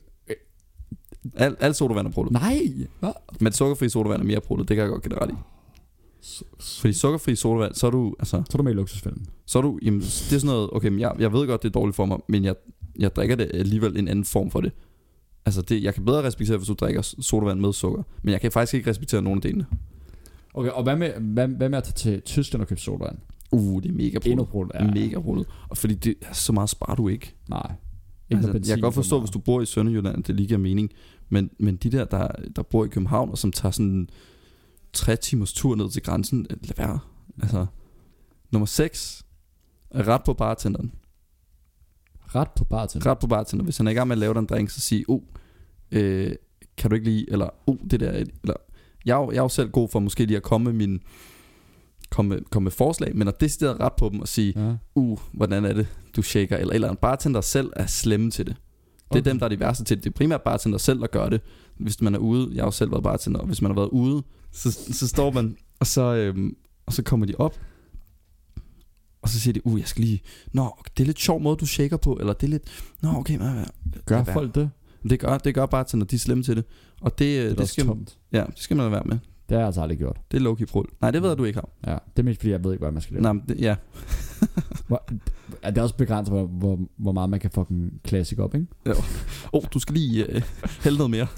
Al, al sodavand er prullet. Nej. Hvad? Men sukkerfri sodavand er mere prullet. Det kan jeg godt give dig ret i. Fordi sukkerfri sodavand, så er du... Altså, så er du med i luksusfælden. Så er du... Jamen, det er sådan noget... Okay, men jeg, jeg ved godt, det er dårligt for mig, men jeg, jeg drikker det alligevel en anden form for det. Altså, det, jeg kan bedre respektere, hvis du drikker sodavand med sukker. Men jeg kan faktisk ikke respektere nogen af delene. Okay, og hvad med, hvad, hvad med at tage til Tyskland og købe sodavand? Uh, det er mega prullet. Endnu prullet, ja. Mega prullet. Og fordi det er så meget sparer du ikke. Nej. Ikke altså, jeg kan godt forstå, hvis du bor i Sønderjylland, det lige giver mening. Men, men de der, der, der bor i København, og som tager sådan tre timers tur ned til grænsen, lad være. Altså, nummer seks er ret på bartenderen. Ret på bartenderen? Ret på bartenderen. Hvis han er i gang med at lave den drink, så sig, oh, øh, kan du ikke lige, eller oh, det der, eller jeg er, jeg er jo selv god for måske lige at komme med min komme, komme med forslag, men at decideret ret på dem og sige, ja. uh, hvordan er det, du shaker, eller eller en bartender selv er slemme til det. Det er okay. Dem, der er de værste til det. Det er primært bartender selv, der gør det. Hvis man er ude, jeg har jo selv været bartender, og hvis man har været ude, så, så står man, og så, øhm, og så kommer de op, og så siger de, uh, jeg skal lige, nå, det er lidt sjov måde, du shaker på, eller det er lidt, nå, okay, man, gør folk det? Det gør, det gør bartender, de er slemme til det. Og det, det, det, skal, ja, det skal man være med. Det har jeg altså aldrig gjort. Det er low-key prul. Nej, det ved jeg, du ikke har. Ja, det er mest fordi, jeg ved ikke, hvad man skal lave. Nej, det, ja. hvor, det er også begrænset, hvor, hvor, hvor meget man kan fucking classic op, ikke? Jo. Oh, du skal lige uh, hælde noget mere.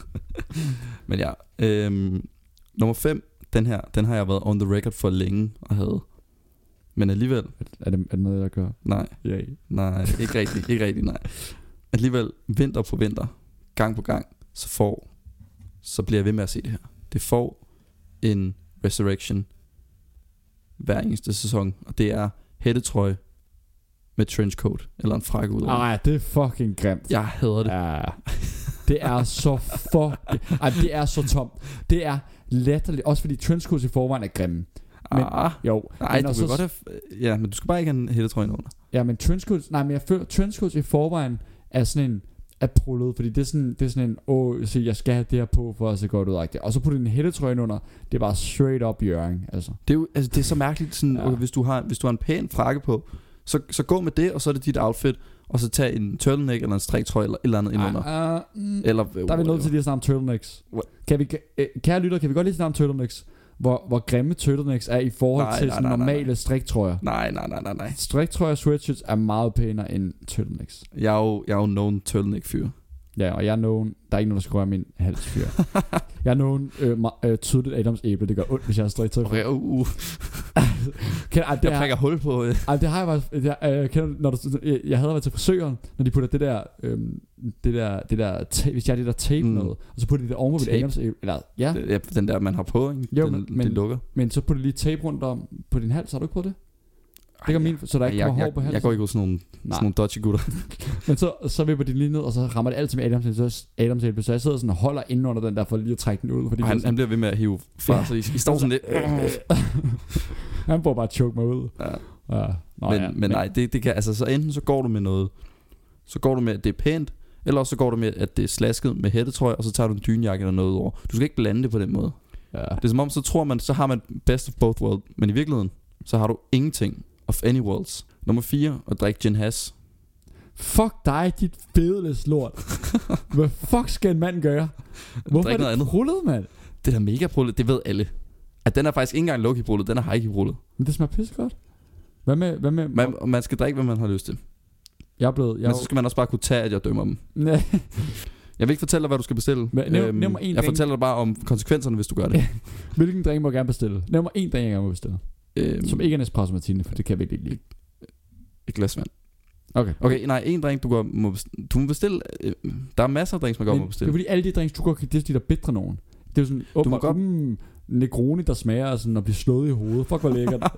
Men ja, øhm, nummer fem, den her, den har jeg været on the record for længe og havde. Men alligevel. Er det, er det noget, jeg gør? Nej. Yeah. Nej, ikke rigtigt, ikke rigtigt, nej. Alligevel, vinter på vinter, gang på gang, så får, så bliver jeg ved med at se det her. Det får en resurrection hver eneste sæson, og det er hættetrøje med trenchcoat eller en frakke ud over. Ej, det er fucking grimt. Jeg hader det. Ja. Det er så fucking... Ej, det er så tomt. Det er latterligt, også fordi trenchcoats i forvejen er grimme. Men, ah, jo, nej, du så, godt have, ja, men du skal bare ikke have en hættetrøje under. Ja, men trenchcoats, nej, men jeg føler trenchcoats i forvejen er sådan en er prullet, fordi det er sådan, det er sådan en, åh, se, jeg skal have det her på for at se godt ud, ikke? Og så putte en hættetrøje under, det er bare straight up Jørgen, altså. Det er jo, altså, det er så mærkeligt, sådan, ja. Okay, hvis du har, hvis du har en pæn frakke på, så, så gå med det, og så er det dit outfit, og så tag en turtleneck eller en striktrøje eller et eller andet indunder. Uh, mm, eller der er vi nødt til lige at snakke om turtlenecks. What? Kan vi, kære lytter, kan vi godt lige snakke om turtlenecks? Hvor, hvor grimme turtlenecks er i forhold nej, til nej, nej, normale nej. striktrøjer. Nej, nej, nej, nej, nej. Striktrøjer og sweatshirts er meget pænere end turtlenecks. Jeg er jo, jeg er jo known turtleneck fyr. Ja, og jeg er nogen, der er ikke nogen, der skal røre min hals fyr. Jeg er nogen øh, øh, tydeligt Adams æble, det gør ondt, hvis jeg har striktøj. Okay, uh, uh. Kan, ah, jeg prikker hul på øh. ah, det har jeg faktisk jeg, øh, kender, når du, jeg, jeg havde været til frisøren, når de putter det der øh, det der, det der tape, hvis jeg har det der tape mm. noget, og så putter de det oven på mit Adams æble, eller ja. Det, den der man har på, ikke? Jo, den, men, det lukker. Men så putter de lige tape rundt om på din hals, har du ikke prøvet det? Det gør min, så der ikke kommer hår på halsen. Jeg går ikke ud sådan nogle, sådan nogle dodgy gutter. Men så, så vipper de lige ned, og så rammer det altid med Adams æble, så Adams æble, så jeg sidder sådan og holder inde under den der, for lige at trække den ud. Fordi han, han bliver ved med at hive fra, ja. Så I, I står sådan lidt. Han får bare choke mig ud. Ja. Ja. Nå, men, ja. men nej, det, det kan, altså så enten så går du med noget, så går du med, at det er pænt, eller også så går du med, at det er slasket med hættetrøje, og så tager du en dynjakke eller noget over. Du skal ikke blande det på den måde. Ja. Det er som om, så tror man, så har man best of both worlds, men i virkeligheden, så har du ingenting of any worlds. Nummer fire, at drikke gin has. Fuck dig, dit fedeles lort. Hvad fuck skal en mand gøre? Hvorfor er det andet prullet, mand? Det er mega prullet, det ved alle. At den er faktisk ikke engang low-key prullet, den er high-key prullet. Men det smager pisse godt. Hvad med, hvad med man, man skal drikke, hvad man har lyst til. Jeg er blevet, jeg Men så skal man også bare kunne tage, at jeg dømmer dem. Nej. Jeg vil ikke fortælle dig, hvad du skal bestille. Men, næv, øhm, næv mig en jeg drink. fortæller dig bare om konsekvenserne, hvis du gør det. Hvilken drink må jeg gerne bestille? Næv mig en drink, jeg gerne må bestille. Øhm, Som ikke er en espresso martini, for det kan jeg virkelig ikke lide. Et glas vand. Okay. Okay, nej, en drink, du, går, må bestille, du må bestille. Øh, der er masser af drinks, man godt må bestille. Det er fordi alle de drinks, du går, det er de der bedre nogen. Det er jo sådan, du må godt... Mm, Negroni, der smager sådan at blive slået i hovedet. Fuck, hvor lækkert.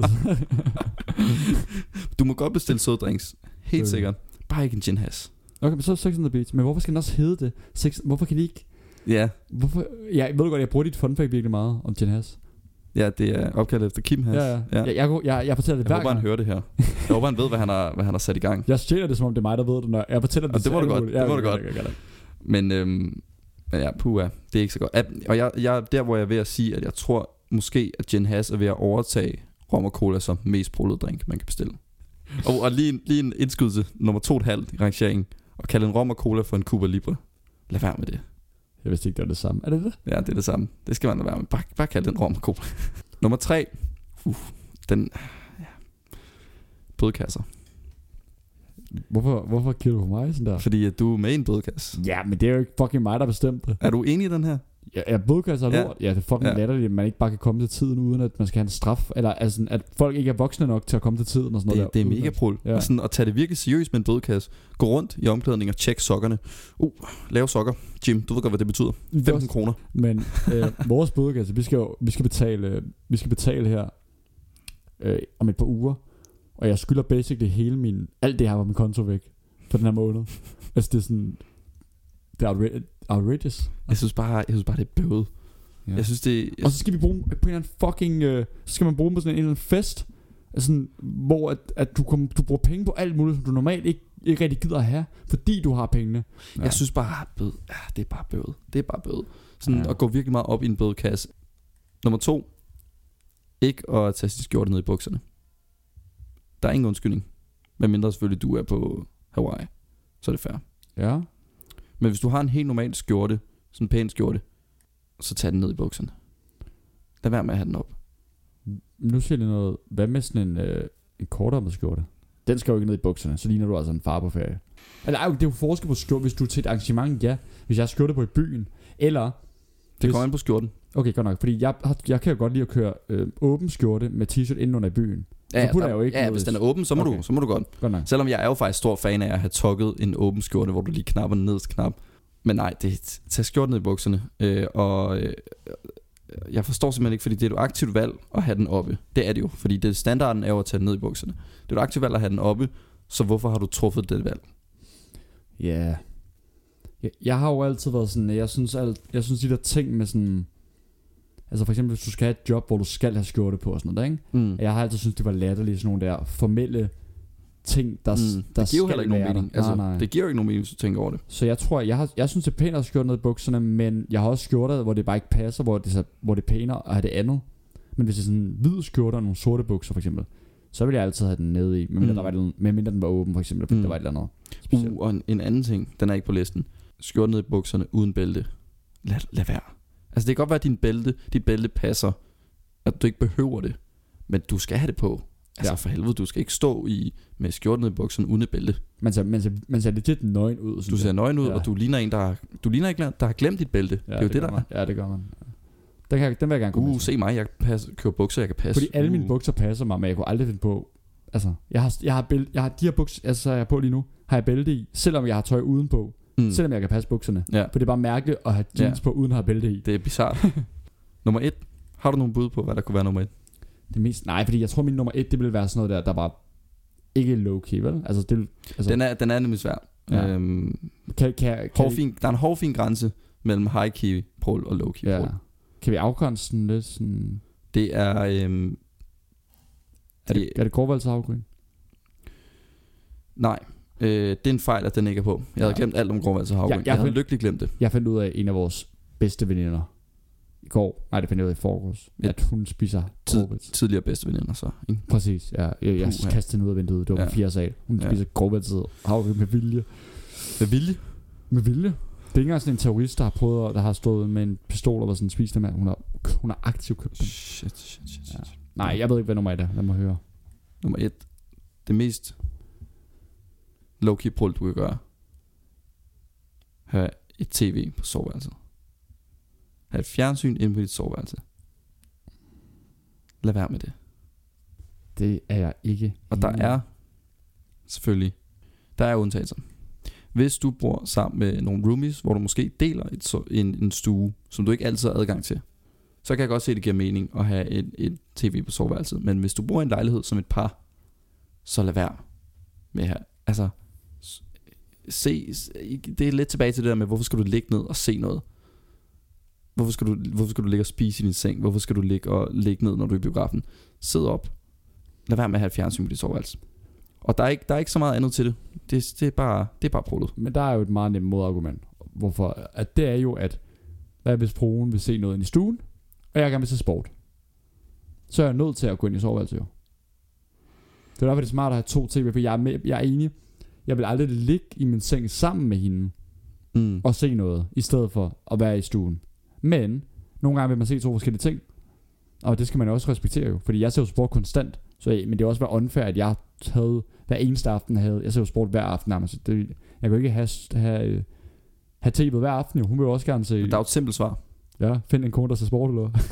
Du må godt bestille søde drinks. Helt øh. sikkert. Bare ikke en gin has. Okay, men så Sex on the Beach. Men hvorfor skal den også hedde det? Sex, hvorfor kan de ikke... Ja. Yeah. Hvorfor... Jeg ved godt, jeg bruger dit fun fact virkelig meget om gin has. Ja, det er opkaldt efter Kim Has. Ja, ja. ja. Jeg, jeg, jeg, jeg fortæller det jeg hver håber, gang. Han hører det her. Jeg håber, han ved, hvad han har, hvad han har sat i gang. Jeg stjæler det, som om det er mig, der ved det, når jeg fortæller det. Og det må du godt. Ja, det må du godt. Men øhm, Men ja, puha, det er ikke så godt. Og jeg, jeg, der hvor jeg er ved at sige, at jeg tror måske, at Gin Hass er ved at overtage rom og cola som mest prolede drink, man kan bestille. Og, og lige, en, lige en indskydelse, nummer to komma fem i rangeringen, og kalde en rom og cola for en Cuba Libre. Lad være med det. Jeg vidste ikke, det var det samme. Er det det? Ja, det er det samme. Det skal man lade være med. Bare, bare kalde den rom og cola. Nummer tre. Uh, den... Ja. Bødekasser. Hvorfor, hvorfor kigger du på mig sådan der? Fordi at du er med i en bødekasse. Ja, men det er jo ikke fucking mig, der bestemte det. Er du enig i den her? Ja, ja, bødekasser er Ja. lort. Ja, det er fucking Ja. latterligt, at man ikke bare kan komme til tiden, uden at man skal have en straf. Eller altså, at folk ikke er voksne nok til at komme til tiden og sådan noget Det, der. det er mega prol. Ja. Og sådan at tage det virkelig seriøst med en bødekasse. Gå rundt i omklædning og tjek sokkerne. Uh, lave sokker. Jim, du ved godt, hvad det betyder. femten kroner. Men øh, vores bødekasse, vi skal jo, vi skal betale, øh, vi skal betale her øh, om et par uger. Og jeg skylder basically hele min, alt det her på min konto væk for den her måned. Altså det er sådan, det er outra- outrageous. Jeg synes bare, jeg synes bare det er bøvet. Ja. Jeg synes det jeg Og så skal vi bruge dem på en eller anden fucking øh, så skal man bruge dem på sådan en eller anden fest, altså, hvor at, at du, kom, du bruger penge på alt muligt, som du normalt ikke, ikke rigtig gider at have, fordi du har pengene. Ja. Jeg synes bare bød, ja, det er bare bøvet. Det er bare bøvet. Sådan Ja. at gå virkelig meget op i en bødekasse. Nummer to. Ikke at tage sit skjorte ned i bukserne. Der er ingen undskyldning. Medmindre selvfølgelig du er på Hawaii. Så er det fair. Ja. Men hvis du har en helt normal skjorte, sådan en pæn skjorte, så tag den ned i bukserne. Lad være med at have den op. Nu siger jeg noget. Hvad med sådan en, øh, en kortærmet skjorte? Den skal jo ikke ned i bukserne. Så ligner du altså en far på ferie. Eller ej, det er jo forskel på skjorte. Hvis du er til et arrangement, ja. Hvis jeg har skjorte på i byen. Eller Det hvis, kommer ind på skjorten. okay, godt nok. Fordi jeg, har, jeg kan jo godt lide at køre øh, åben skjorte med t-shirt indenunder i byen. Ja, så putter der, jeg jo ikke ja noget hvis i- den er åben, så må, Okay. du, så må du godt. Godt nok. Selvom jeg er jo faktisk stor fan af at have tokket en åben skjorte, hvor du lige knapper den nederste knap. Men nej, det er, tag skjorten ned i bukserne. Øh, og øh, jeg forstår simpelthen ikke, fordi det er et aktivt valg at have den oppe. Det er det jo, fordi det, standarden er jo at tage den ned i bukserne. Det er et aktivt valg at have den oppe, så hvorfor har du truffet det valg? Ja. Yeah. Jeg, jeg har jo altid været sådan, jeg synes, alt, jeg synes de der ting med sådan, altså for eksempel hvis du skal have et job, hvor du skal have skjorte på og sådan noget, ikke? Mm. Jeg har altid synes det var latterligt, sådan nogle der formelle ting, der, Mm. der Det giver jo skal heller ikke nogen være mening. der. Altså, nej, nej. det giver jo ikke nogen mening, hvis du tænker over det. Så jeg tror, jeg, har, jeg synes det er pænere at skjorte ned i bukserne, men jeg har også skjorter, hvor det bare ikke passer, hvor det, så, hvor det er pænere at have det andet. Men hvis det er sådan en hvid skjorte og nogle sorte bukser for eksempel, så vil jeg altid have den nede i, medmindre, Mm. der var et, medmindre den var åben for eksempel, fordi Mm. der var et eller andet specielt. Uh, og en, en anden ting, den er ikke på listen. Skjorten ned i bukserne uden bælte. Lad, lad være. Altså det kan godt være, at din bælte, dit bælte passer, at du ikke behøver det, men du skal have det på. Altså Ja. for helvede, du skal ikke stå i med skjorten ned i bukserne uden et bælte. Man ser, man, ser, man ser legit nøgen ud. Du synes ser jeg. nøgen ud, Ja. og du ligner en, der har, du ligner ikke, der har glemt dit bælte. Ja, det er jo det, gør der er. man. Ja, det gør man. Den, kan, jeg- den vil jeg gerne komme Uh, med til. se mig, jeg kan passe, køber bukser, jeg kan passe. Fordi alle mine uh. bukser passer mig, men jeg kunne aldrig finde på. Altså, jeg har, jeg har, bælte, jeg har de her bukser, altså jeg er på lige nu, har jeg bælte i, selvom jeg har tøj udenpå. Mm. Selvom jeg kan passe bukserne. Ja, For det er bare mærkeligt at have jeans Ja. på, uden at have bælte i. det er bizart. Nummer et. Har du nogle bud på, hvad der kunne være nummer et? Det mest, nej, fordi jeg tror min nummer et, det vil være sådan noget der, der bare ikke er low-key, vel? Altså, det, altså Den er, den er nemlig svær. Ja. Øhm, kan, kan, kan, hårfin, der er en hårfin grænse mellem high-key prol og low-key ja. prol. Kan vi afgrænse den lidt sådan... Det er... Øhm, Er det, er det grovvalgshavgryn? Nej, øh, det er en fejl, at den ikke er på. Jeg havde Ja. glemt alt om grovvalg og havgryn. Ja, Jeg, jeg jeg havde find- lykkeligt glemt det. Jeg fandt ud af en af vores bedste veninder i går. Nej, det fandt jeg ud af i forgårs. Ja. At hun spiser Tid- grovvalgs. Tidligere bedste veninder, så. Ikke? Præcis, ja. Jeg, jeg Puha. kastede hende ud af vinduet. Det var Ja. på fjerde sal. Hun Ja. spiser grovvalgset havgryn med vilje. Med vilje? Med vilje? Det er ikke engang sådan en terrorist, der har prøvet, at- der har stået med en pistol og var sådan spist dem af. Hun har, hun har aktivt købt dem. Shit, shit, shit, shit. Ja. Nej, jeg ved ikke, hvad nummer et er. Lad mig høre. Nummer et. Det mest low-key prol, du kan gøre. Have et tv på soveværelset. Have et fjernsyn inde på dit soveværelse. Lad være med det. Det er jeg ikke. Og der enig i. er selvfølgelig, der er undtagelser. Hvis du bor sammen med nogle roomies, hvor du måske deler et, så- en, en stue, som du ikke altid har adgang til, så kan jeg godt se, at det giver mening at have et, et tv på soveværelset. Men hvis du bor i en lejlighed som et par, så lad være med her. Altså, s- se, s- det er lidt tilbage til det der med, hvorfor skal du ligge ned og se noget? Hvorfor skal du, hvorfor skal du ligge og spise i din seng? Hvorfor skal du ligge og ligge ned, når du er i biografen? Sid op. Lad være med at have et fjernsyn på dit soveværelse. Og der er ikke, der er ikke så meget andet til det. Det, det er bare, det er bare prullet. Men der er jo et meget nemt modargument. Hvorfor? At det er jo, at hvad hvis fruen vil se noget ind i stuen, og jeg gerne vil se sport, så er jeg nødt til at gå ind i soveværelset jo. Det er derfor, det er smart at have to tv, for jeg er, med, jeg er enig. Jeg vil aldrig ligge i min seng sammen med hende mm. og se noget, i stedet for at være i stuen. Men nogle gange vil man se to forskellige ting, og det skal man også respektere jo, fordi jeg ser jo sport konstant. Så, men det er også være unfair, at jeg havde hver eneste aften havde, jeg ser jo sport hver aften nærmest. Det, jeg kan jo ikke have, have, have tv'et hver aften jo. Hun vil jo også gerne se. Men der er jo et simpelt svar. Ja, find en kone, der ser sport eller hvad?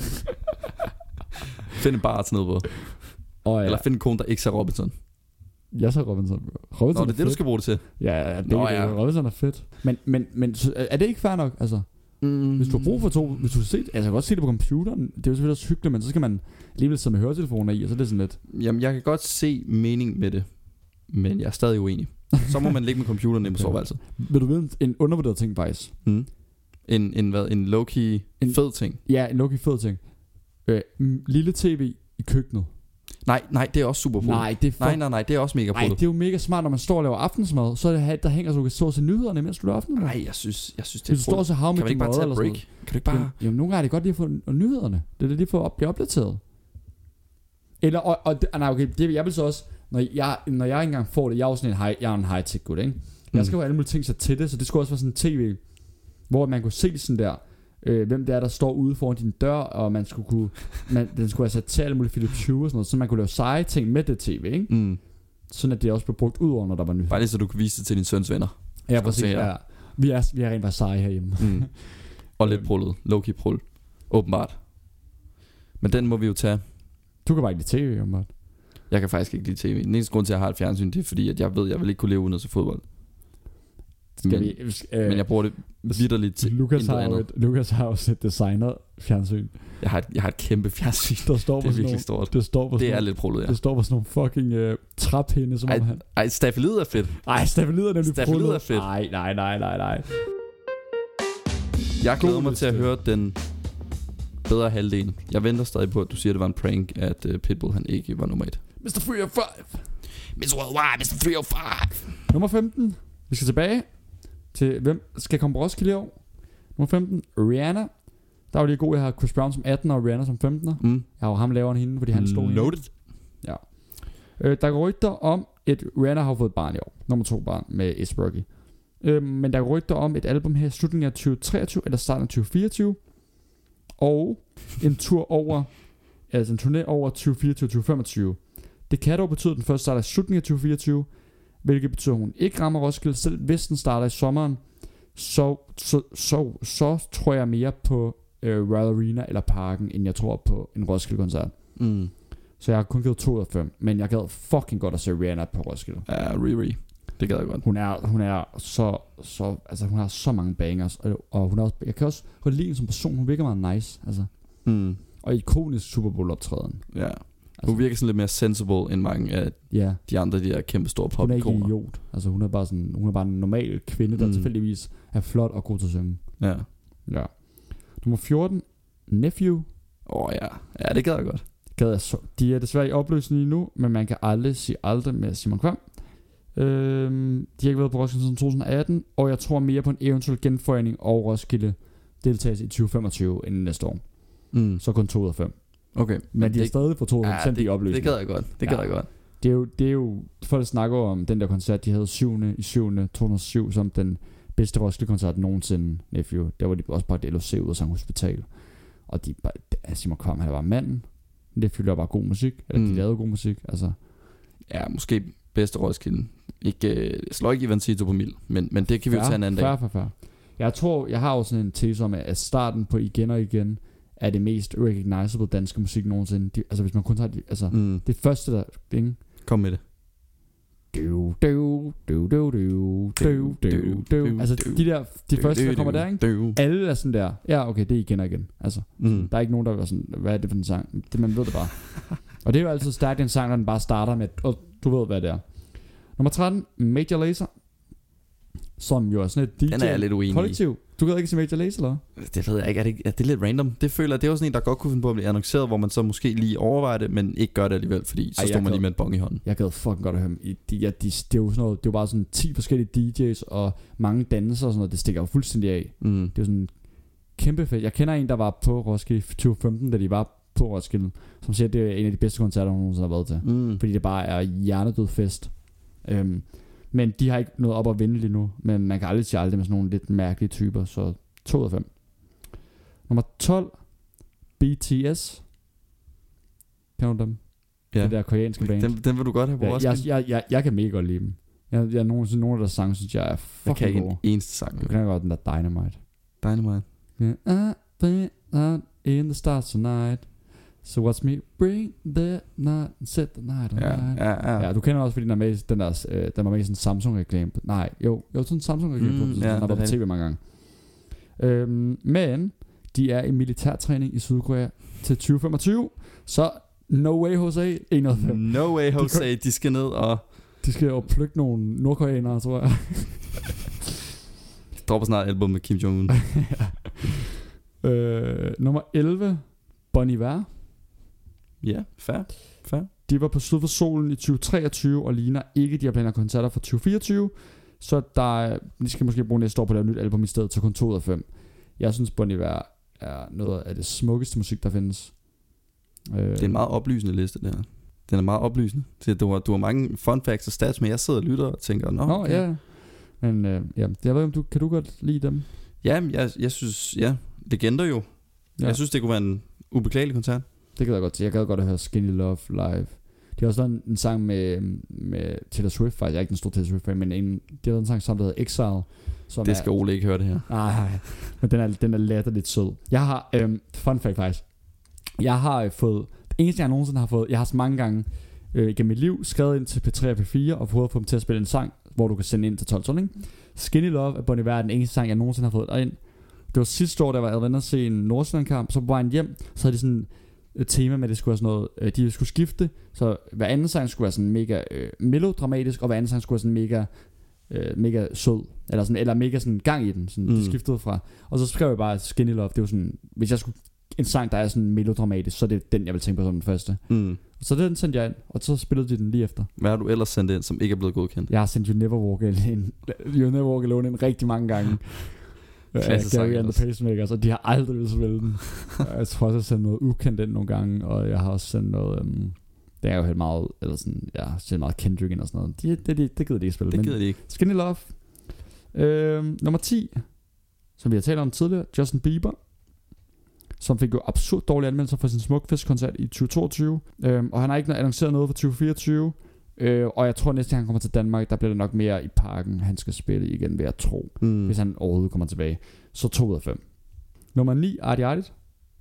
Find en bar at nede på. Og, ja. Eller find en kone, der ikke ser Robinson. Jeg så Robinson. Robinson. Nå, det er det, du skal bruge det til. Ja, det, Nå, ja. Robinson er fedt. Men, men, men er det ikke fair nok? Altså, mm. hvis du har brug for to, hvis du set, altså jeg kan godt se det på computeren. Det er jo selvfølgelig også hyggeligt, men så skal man alligevel sidde med høretelefoner i, og så er det sådan lidt. Jamen, jeg kan godt se mening med det, men jeg er stadig uenig. Så må man ligge med computeren inde på soveværelset. Vil du vide en undervurderet ting faktisk? Mm. En, en hvad? En low-key en, fed ting? Ja, en low-key fed ting. Øh, lille tv i køkkenet. Nej, nej, det er også super prullet. Nej, det er for... nej, nej, nej, det er også mega prullet. Nej, det er jo mega smart, når man står og laver aftensmad. Så er det der hænger, så du kan stå og se nyhederne, mens du laver aftensmad. Nej, jeg synes, jeg synes det er prullet. Hvis du står og så har med kan vi ikke bare tage et break? Kan du ikke bare... Jamen, jamen nogle gange er det godt lige at få nyhederne. Det er det lige for at blive opdateret. Eller, og, og nej, okay, det, jeg vil så også, når jeg, når jeg ikke engang får det, jeg er jo sådan en high, jeg er en high-tech gut, ikke? Jeg skal jo alle mulige ting så til det, så det skulle også være sådan en tv, hvor man kunne se sådan der, øh, hvem det er, der står ude foran din dør, og man skulle kunne, man, den skulle have sat til alle mulige Philips Hue og sådan noget, så man kunne lave seje ting med det tv, ikke? Mm. Sådan at det også blev brugt ud over, når der var nyheder. Bare lige så du kan vise det til din søns venner. Ja, præcis, ja. Vi er, vi er rent bare seje herhjemme. Mm. Og lidt prullet, low-key prullet, åbenbart. Men den må vi jo tage. Du kan bare ikke lide tv, åbenbart. Jeg kan faktisk ikke lide tv. Den eneste grund til at jeg har et fjernsyn, det er fordi at jeg ved at jeg vil ikke kunne leve uden at se fodbold. Skal men, vi, øh, men jeg bruger det vitterligt til Lukas har, et, Lukas har også et designer fjernsyn. Jeg har et, jeg har et kæmpe fjernsyn. Der står det er virkelig nogle, stort. Det, står på det er nogle, lidt prullet, ja. Det står på sådan nogle fucking øh, traphinde, som ej, om han... Ej, staffelid er fedt. Ej, staffelid er nemlig staffelid er fedt. Nej, nej, nej, nej, nej. Jeg glæder mig til at høre den bedre halvdel. Jeg venter stadig på, at du siger, at det var en prank, at uh, Pitbull han ikke var nummer et. mister tre nul fem. mister Worldwide, mister tre nul fem. Nummer femten. Vi skal tilbage til, hvem skal komme på Roskilde i år? Nummer femten, Rihanna. Der var lige god, jeg har Chris Brown som atten og Rihanna som femten. Mm. Jeg har jo ham lavere end hende, fordi han slog Loaded. hende. Ja. Øh, der går rygter om, at Rihanna har fået et barn i år. Nummer to barn med A$AP Rocky. Øh, men der går rygter om et album her i slutningen af tyve treogtyve eller starten af tyve fireogtyve. Og en tur over, altså en turné over tyve fireogtyve til tyve femogtyve. Det kan dog betyde, at den første starter i slutningen af tyve fireogtyve, hvilket betyder, at hun ikke rammer Roskilde, selv hvis den starter i sommeren. Så, så, så, så tror jeg mere på øh, Royal Arena eller Parken, end jeg tror på en Roskilde-koncert. Mm. Så jeg har kun givet to ud af fem, men jeg gad fucking godt at se Rihanna på Roskilde. Ja, Riri. Det gad jeg godt. Hun er, hun er så, så, altså hun har så mange bangers, og, og hun er også, jeg kan også godt lide hende som person, hun virker meget nice, altså. Mm. Og ikonisk Super Bowl optræden. Ja. Altså, hun virker sådan lidt mere sensible end mange af ja. de andre, de der kæmpe store pop. Hun er ikke en idiot. Altså hun er bare sådan, hun er bare en normal kvinde, der mm. tilfældigvis er flot og god til at synge. Ja. Ja. Nummer fjorten, Nephew. Åh oh, ja. Ja, det gad jeg godt. Gad jeg så. De er desværre i opløsning lige nu, men man kan aldrig sige aldrig med Simon Kvam. Øhm, de har ikke været på Roskilde siden to tusind atten, og jeg tror mere på en eventuel genforening og Roskilde deltagelse i tyve femogtyve inden næste år. Mm. Så kun to ud af fem. Okay. Men, men de er det, stadig for to procent ja, i opløsning. Det gad jeg godt. Det gad ja. jeg godt. Det er jo, det er jo, folk snakker om den der koncert, de havde syvende i syvende to tusind og syv som den bedste Roskilde-koncert nogensinde, Nephew. Der var de også bare L O C ud af sang hospital. Og de bare, Simon Kvam, han var manden. Nephew lavede bare god musik. Eller mm. de lavede god musik, altså. Ja, måske bedste Roskilde. Ikke, øh, slår ikke Ivan Tito på mil, men, men det kan vi jo tage en anden fair, dag. Fair, fair. Jeg tror, jeg har også sådan en tese om, at starten på Igen og Igen er det mest recognizable danske musik nogensinde. De, altså hvis man kun tager de, altså mm. det første der, ikke? Kom med det. Du, du, du, du, du, du, du, du. Altså de der, de første der kommer der, ikke? Alle er sådan der. Ja, okay, det er Igen og Igen. Altså, mm. der er ikke nogen der er sådan, hvad er det for en sang? Det man ved det bare. Og det er jo altid stærkt en sang, når den bare starter med, og du ved hvad det er. Nummer tretten, Major Lazer, som jo er sådan et D J-kollektiv. Du gad ikke se Major Lazer, eller? Det ved jeg ikke. Er det, er det lidt random? Det føler jeg, det er også sådan en, der godt kunne finde på at blive annonceret, hvor man så måske lige overvejer det, men ikke gør det alligevel, fordi så Ej, står man lige med en bong i hånden. Jeg gad fucking godt at høre de, de, ja, de, det er jo sådan noget, det er jo bare sådan ti forskellige D J's og mange dansere og sådan noget. Det stikker jo fuldstændig af. Mm. Det er jo sådan kæmpe fedt. Jeg kender en, der var på Roskilde tyve femten, da de var på Roskilde, som siger, at det er en af de bedste koncerter, hun nogensinde har været til. Mm. Fordi det bare er hjernedød fest. Øhm, men de har ikke noget op at vinde lige nu. Men man kan aldrig sige aldrig med sådan nogle lidt mærkelige typer. Så to ud af fem. Nummer tolv, B T S. Kender du dem? Ja. Det der koreanske band. Den, den vil du godt have på ja, Roskilde. Jeg, jeg, jeg, jeg kan mega godt lide dem. Jeg, jeg, nogle, nogle af deres sange, synes jeg er fucking gode. Jeg kan ikke en eneste sang. Jeg kan godt den der Dynamite. Dynamite. Yeah, I've been out in the stars tonight. So watch me bring the night and set the night on ja, night. Ja, ja. Ja, du kender også, fordi den er med, den der, øh, den var med i sådan en Samsung-reklame. Nej, jo, jo, sådan en Samsung-reklame. Mm, på, ja, den har været på tv mange gange. Øhm, men de er i militærtræning i Sydkorea til tyve femogtyve. Så no way, Jose. en ud af fem. No way, Jose. De, de skal ned og... De skal jo plukke nogle nordkoreanere, tror jeg. De dropper snart album med Kim Jong-un. ja. øh, nummer elleve. Bon Iver. Ja, yeah, fair, fair. De var på Syd for Solen i tyve treogtyve og ligner ikke, de har planer koncerter for tyve fireogtyve. Så der, de skal måske bruge næste år på at lave et nyt album i stedet, så kun to ud af fem. Jeg synes Bon Iver er noget af det smukkeste musik, der findes. Det er en meget oplysende liste, det her. Den er meget oplysende. Så du har, du har mange fun facts og stats, men jeg sidder og lytter og tænker, nå, nå okay. ja. Men øh, ja, jeg ved om du, kan du godt lide dem? Ja, jeg, jeg synes, ja, legender jo. Ja. Jeg synes, det kunne være en ubeklagelig koncert. Det kan jeg godt til. Jeg gad godt at høre Skinny Love live. De har også lavet en, en sang med, med Taylor Swift, faktisk. Jeg er ikke en stor Taylor Swift fan, men en, de har lavet en sang sammen, der hedder Exile. Som det skal er, Ole ikke høre det her. Nej, men den er, den er latterligt sød. Jeg har, øhm, fun fact faktisk. Jeg har øh, fået, det eneste jeg nogensinde har fået, jeg har så mange gange øh, gennem mit liv skrevet ind til P tre og P fire og prøvet at få dem til at spille en sang, hvor du kan sende ind til tolv tolv, ikke? Skinny Love af Bon Iver er den eneste sang, jeg nogensinde har fået ind. Det var sidste år, da jeg var inde og se en Nordsjælland-kamp, så på vejen hjem, så havde de sådan et tema med, at det skulle være sådan noget, øh, de skulle skifte, så hver anden sang skulle være sådan mega øh, melodramatisk, og hver anden sang skulle være sådan mega, øh, mega sød, eller, sådan, eller mega sådan gang i den, sådan, mm. de skiftede fra, og så skrev jeg bare Skinny Love, det var sådan, hvis jeg skulle, en sang, der er sådan melodramatisk, så er det den, jeg vil tænke på som den første. Mm. Så den sendte jeg ind, og så spillede de den lige efter. Hvad har du ellers sendt ind, som ikke er blevet godkendt? Jeg har sendt You Never Walk Alone, You Never Walk Alone ind rigtig mange gange. Klasse Gary and the Pacemakers, og de har aldrig ville spille den. Jeg tror også, jeg har sendt noget ukendt ind nogle gange, og jeg har også sendt noget, um, det er jo helt meget, eller sådan, jeg har sendt meget Kendrick ind og sådan noget. Det, det, det, det gider de ikke spille. Det gider de ikke. Skinny Love. Øhm, nummer ti, som vi har talt om tidligere, Justin Bieber, som fik jo absurd dårlige anmeldelser for sin Smukfest-koncert i tyve toogtyve, øhm, og han har ikke annonceret noget for tyve fireogtyve. Øh, og jeg tror næste gang han kommer til Danmark, der bliver det nok mere i Parken han skal spille igen, ved at tro, mm. hvis han overhovedet kommer tilbage. Så to ud af fem. Nummer ni, Artie Artie.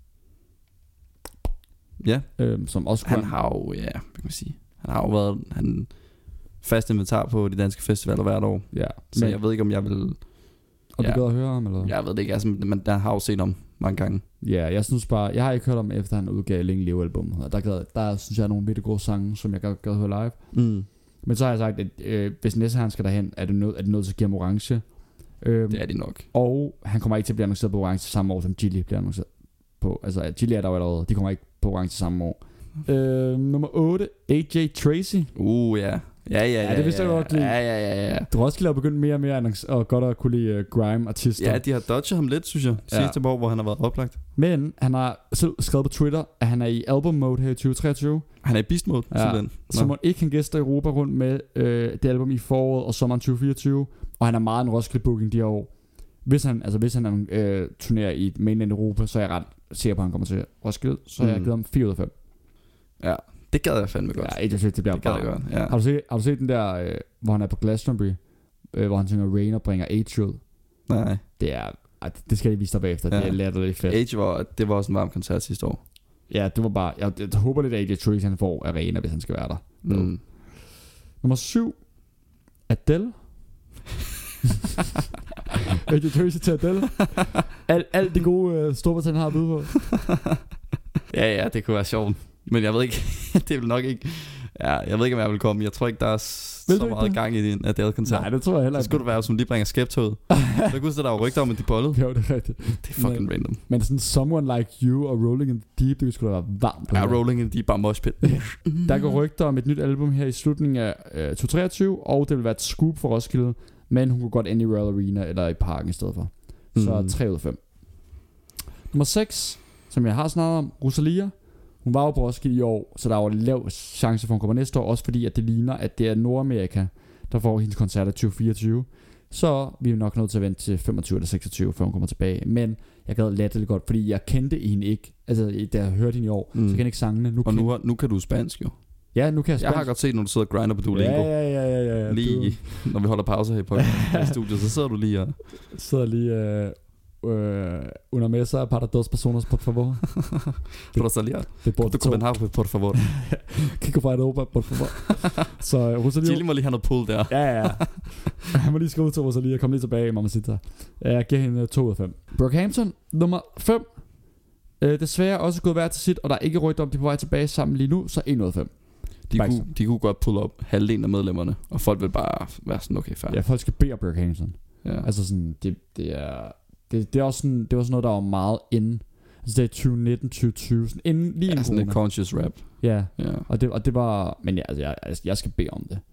Ja. Øhm, som også han har jo, ja, hvad kan man sige, han har jo været han fast inventar på de danske festivaler hvert år. Ja. Så men, jeg ved ikke om jeg vil. Og ja, du gad at høre ham eller? Jeg ved det ikke, altså man der har jo set om mange gange. Ja, jeg synes bare, jeg har ikke hørt om efter han udgav Længe Leve album. Der gad, der synes jeg er nogle virkelig gode sange, som jeg gad, gad høre live. Mm. Men så har jeg sagt, at øh, hvis næste han skal derhen, er det nødt er det nødt til at give ham orange. Øhm, det er det nok. Og han kommer ikke til at blive annonceret på orange samme år som Gilly bliver annonceret på. Altså Gilly er der jo allerede, de kommer ikke på orange samme år. Øh, nummer otte, A J Tracy. Uh ja. Ja, ja, ja. Ja, det vidste jeg godt lide. Ja, ja, ja, ja. Roskilde har begyndt mere og mere og godt at kunne lide uh, grime-artister. Ja, de har dodget ham lidt, synes jeg, ja. Sidste år, hvor han har været oplagt. Men han har selv skrevet på Twitter, at han er i album mode her i tyve treogtyve. Han er i beast mode, ja. Simpelthen. Så må ikke han gæster Europa rundt med øh, det album i foråret og sommeren tyve fireogtyve. Og han er meget en Roskilde-booking de her år. Hvis han, altså hvis han øh, turnerer i mainland Europa, så er jeg ret sikker på, at han kommer til Roskilde. Så mm. jeg givet ham fire ud af fem. Ja. Det gad jeg fandme godt. Ja, det, det bliver det gad jeg godt, ja. Har du set, har du set den der, øh, hvor han er på Glastonbury, øh, hvor han synger Rain og bringer Age ud? Nej. Det er, det skal jeg vise dig bagefter, ja. Det er latterligt fedt. Age var, det var også en varm koncert sidste år. Ja, det var bare, jeg, jeg håber lidt, at A J Tracy han får arena, hvis han skal være der. Mm. Nummer syv, Adele. A J Tracy til Adele. Alt, alt det gode uh, Storbritannien har at byde på. Ja, ja, det kunne være sjovt. Men jeg ved ikke, det er vel nok ikke Ja, jeg ved ikke, om jeg vil komme. Jeg tror ikke, der er s- Vil så du meget ikke gang i din Adele-koncert. Nej, det tror jeg heller Så skulle det være, som lige bringer skæbtoget. Så kan jeg huske, at der var rygter om, at de bollede. Jo, det er rigtigt. Det er fucking men, random. Men sådan Someone Like You og Rolling in the Deep, det skulle da være varmt. Ja, Rolling in the Deep, bare moshpit. Der går rygter om et nyt album her i slutningen af øh, to tusind treogtyve, og det vil være et scoop for Roskilde, men hun kunne godt ende i Royal Arena eller i Parken i stedet for. Så Mm. tre ud af fem. Nummer seks, som jeg har snakket om, Rosalia. Hun var jo på Roskilde i år, så der er jo lav chance for, at hun kommer næste år, også fordi at det ligner, at det er Nordamerika, der får hendes koncerter tyve fireogtyve. Så vi er nok nødt til at vente til femogtyve eller seksogtyve, før hun kommer tilbage. Men jeg gad latterligt godt, fordi jeg kendte hende ikke. Altså, da jeg hørte hende i år, mm. så kendte jeg ikke sangene. Nu og nu, har, nu kan du spansk jo. Ja, nu kan jeg Jeg har godt set, når du sidder og grinder på Duolingo. Ja, ja, ja, ja, ja, ja. Lige, Du når vi holder pause her på i studiet, så sidder du lige og... sidder lige øh, øh, under mesa para dos personas, por favor. Rosalia, Det burde du kommer her, por favor. Kigger fra Europa, por favor. Så uh, Rosalia... Chili må lige have noget pull der. Ja, ja. Han må lige skrive til Rosalia og komme lige tilbage, Mamacita. Jeg giver hende to ud af fem. Brockhampton, nummer fem. Øh, desværre også gået hver til sit, og der er ikke rygter om, de er på vej tilbage sammen lige nu, så en ud af fem. De kunne, de kunne godt pulle op halvdelen af medlemmerne, og folk vil bare være sådan, okay, fair. Ja, folk skal bede Brockhampton. Ja. Altså sådan, det, det er... Det, det er også sådan, det var sådan noget, der var meget inden. Altså det er tyve nitten tyve tyve, sådan inden, lige Ja, inden sådan corona. et conscious rap. Ja, Ja. og det, og det var... Men ja, altså, jeg, jeg skal bede om det.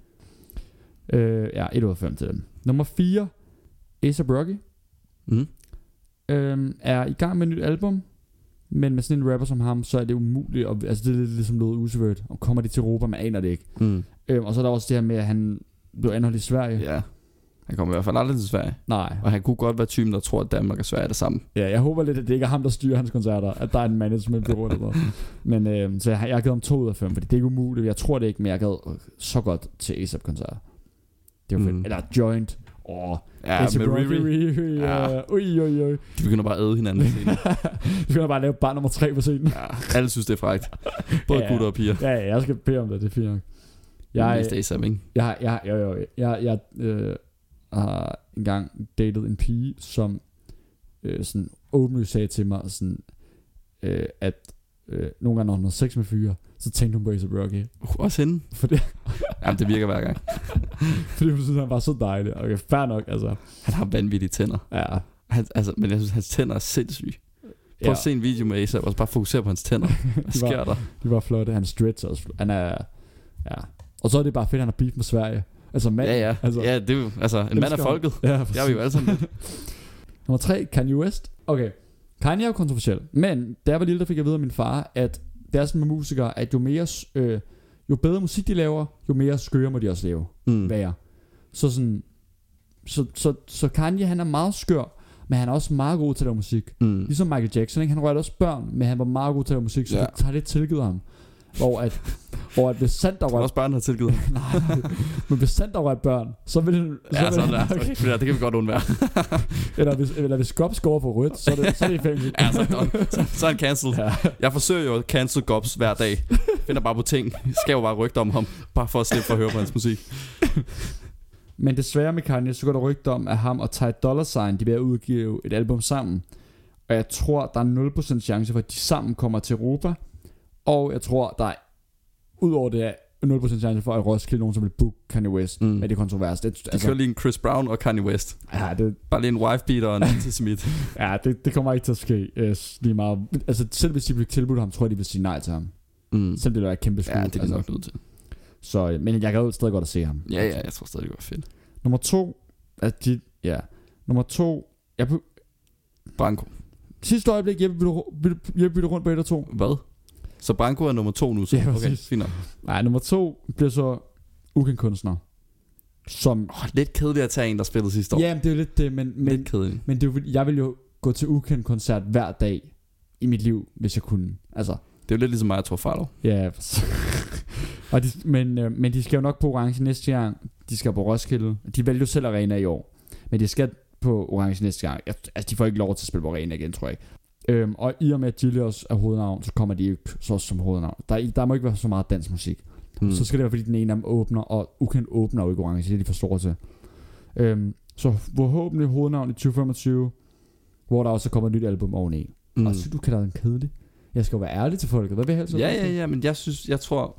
Øh, ja, et ud af fem til dem. Nummer fire, A$AP Rocky. Mm. Øhm, er i gang med et nyt album. Men med sådan en rapper som ham, så er det umuligt. Og, altså det er lidt ligesom noget usevørt. Og kommer de til Europa, man aner det ikke. Mm. Øhm, og så er der også det her med, at han blev anholdt i Sverige. Ja. Han kommer i hvert fald aldrig til Sverige. Nej. Og han kunne godt være typen, der tror, at Danmark og Sverige er det samme. Ja, jeg håber lidt, at det ikke er ham, der styrer hans koncerter. At der er en managementbureau eller noget. Men øh, så jeg, jeg har givet ham to ud af fem, fordi det er ikke umuligt. Jeg tror det ikke, men jeg gad så godt til A$AP-koncerter. Det var fedt. Mm. Eller Joint. Åh, Ja, A$AP med Rocky, Riri. Riri. Ja. Ja. Ui, ui, ui. De begynder bare at æde hinanden på scenen. Vi skal bare lave bar nummer tre på scenen. Ja, alle synes, det er frækt. Både Ja, ja. gutter og piger. Ja, ja, jeg skal bede om det, det er fint nok. Jeg, Jeg, mest A$AP, ikke? jeg, jeg, jeg, jeg, jeg, jeg øh, har engang datet en pige, som øh, sådan åbenlyst sagde til mig, sådan, øh, at øh, nogle gange, når hun havde sex med fyre, så tænkte hun på A$AP Rocky. Uh, også hende. For det, Jamen, det virker hver gang. fordi hun synes, han var så dejlig. Okay, fair nok, altså. Han har vanvittige tænder. Ja. Han, altså, men jeg synes, hans tænder er sindssyge. Prøv Ja, at se en video med A$AP, og så bare fokusere på hans tænder. Hvad De sker var- der? de var flotte. Han stretcher også. Han er... Ja. Og så er det bare fedt, at han har beef med Sverige. Altså mand. Ja, ja. Altså, Ja, det er jo, altså, en mand af elsker folket. Ja, Det er vi jo alle sammen lidt. Nummer tre, Kanye West. Okay, Kanye er jo kontroversiel. Men da jeg var lille, der fik jeg vide af min far, at det er sådan med musikere, at jo mere, øh, jo bedre musik de laver, jo mere skøre må de også lave. Mm. Være. Så sådan, så, så, så Kanye, han er meget skør, men han er også meget god til at lave musik. Mm. Ligesom Michael Jackson, ikke? Han rørte også børn, men han var meget god til at lave musik, så Ja. ja. det tager lidt tilgivet ham. Hvor at, hvor at hvis Sander Det var rørte... også børn, der har tilgivet ham. Nej, men hvis Sander rørte børn, så ville han... Ja, vil sådan han- der. Okay, det, der. Det kan vi godt undvære. Eller hvis, eller hvis Gops går for rødt, så er det, så er det i fængsel. Ja, så, er det done. så, så er han cancelled. Ja. Jeg forsøger jo at cancel Gobs hver dag. Finder bare på ting. Skaber bare rygter om ham. Bare for at slippe for at høre på hans musik. Men desværre med Kanye, så går der rygter om, at ham og Ty Dolla $ign, de vil udgive et album sammen. Og jeg tror, der er nul procent chance for, at de sammen kommer til Europa. Og jeg tror, der er, udover det, er nul procent chance for, at Roskilde nogen, som vil book Kanye West. Mm. Mm. Men det er kontrovers. Det, De kører lige en Chris Brown og Kanye West. ja, det, Bare lige en wife-beater og en antisemit. ja det, det kommer ikke til at ske. Øh, lige meget. Altså, selv hvis de bliver tilbudt ham, tror jeg, de vil sige nej til ham. Mm. Selv det vil være et kæmpe skud. Ja, det er de altså. nok nødt til. Så, øh, men jeg kan jo stadig godt at se ham. Ja, ja, jeg tror stadig, det var fedt. Nummer to, at de, ja. Nummer to, jeg på Branko. sidste øjeblik, jeg bytte, bytte rundt på et og to. Hvad? Så Branko er nummer to nu, så Ja, okay, præcis. fint nok. Nej, nummer to bliver så ukendt kunstner. Som, Oh, lidt kedeligt at tage en, der spillede sidste år. ja, det er jo lidt det, men, men, Lidt kedeligt. men det er jo, jeg vil jo gå til ukendt koncert hver dag i mit liv, hvis jeg kunne. Altså, Det er jo lidt ligesom mig, jeg tror Farlow. ja. og de, men, øh, men de skal jo nok på Orange næste gang. De skal på Roskilde. De vælger jo selv Arena i år. Men de skal på Orange næste gang. Jeg, altså, de får ikke lov til at spille på Arena igen, tror jeg ikke. Øhm, og i og med at Gilly også er hovednavn, så kommer de ikke så også som hovednavn. Der, er- der må ikke være så meget dansk musik. Mm. Mm. Så skal det være, fordi den ene af dem åbner, og ukendt åbner jo ikke Orange, det er de for store til. Øhm, så forhåbentlig hovednavn i tyve femogtyve, hvor der også kommer et nyt album oveni. Mm. Og så du kalder den kedelig. Jeg skal jo være ærlig til folket. Hvad vil jeg helst? Ja, ja, ja, men jeg synes, jeg tror,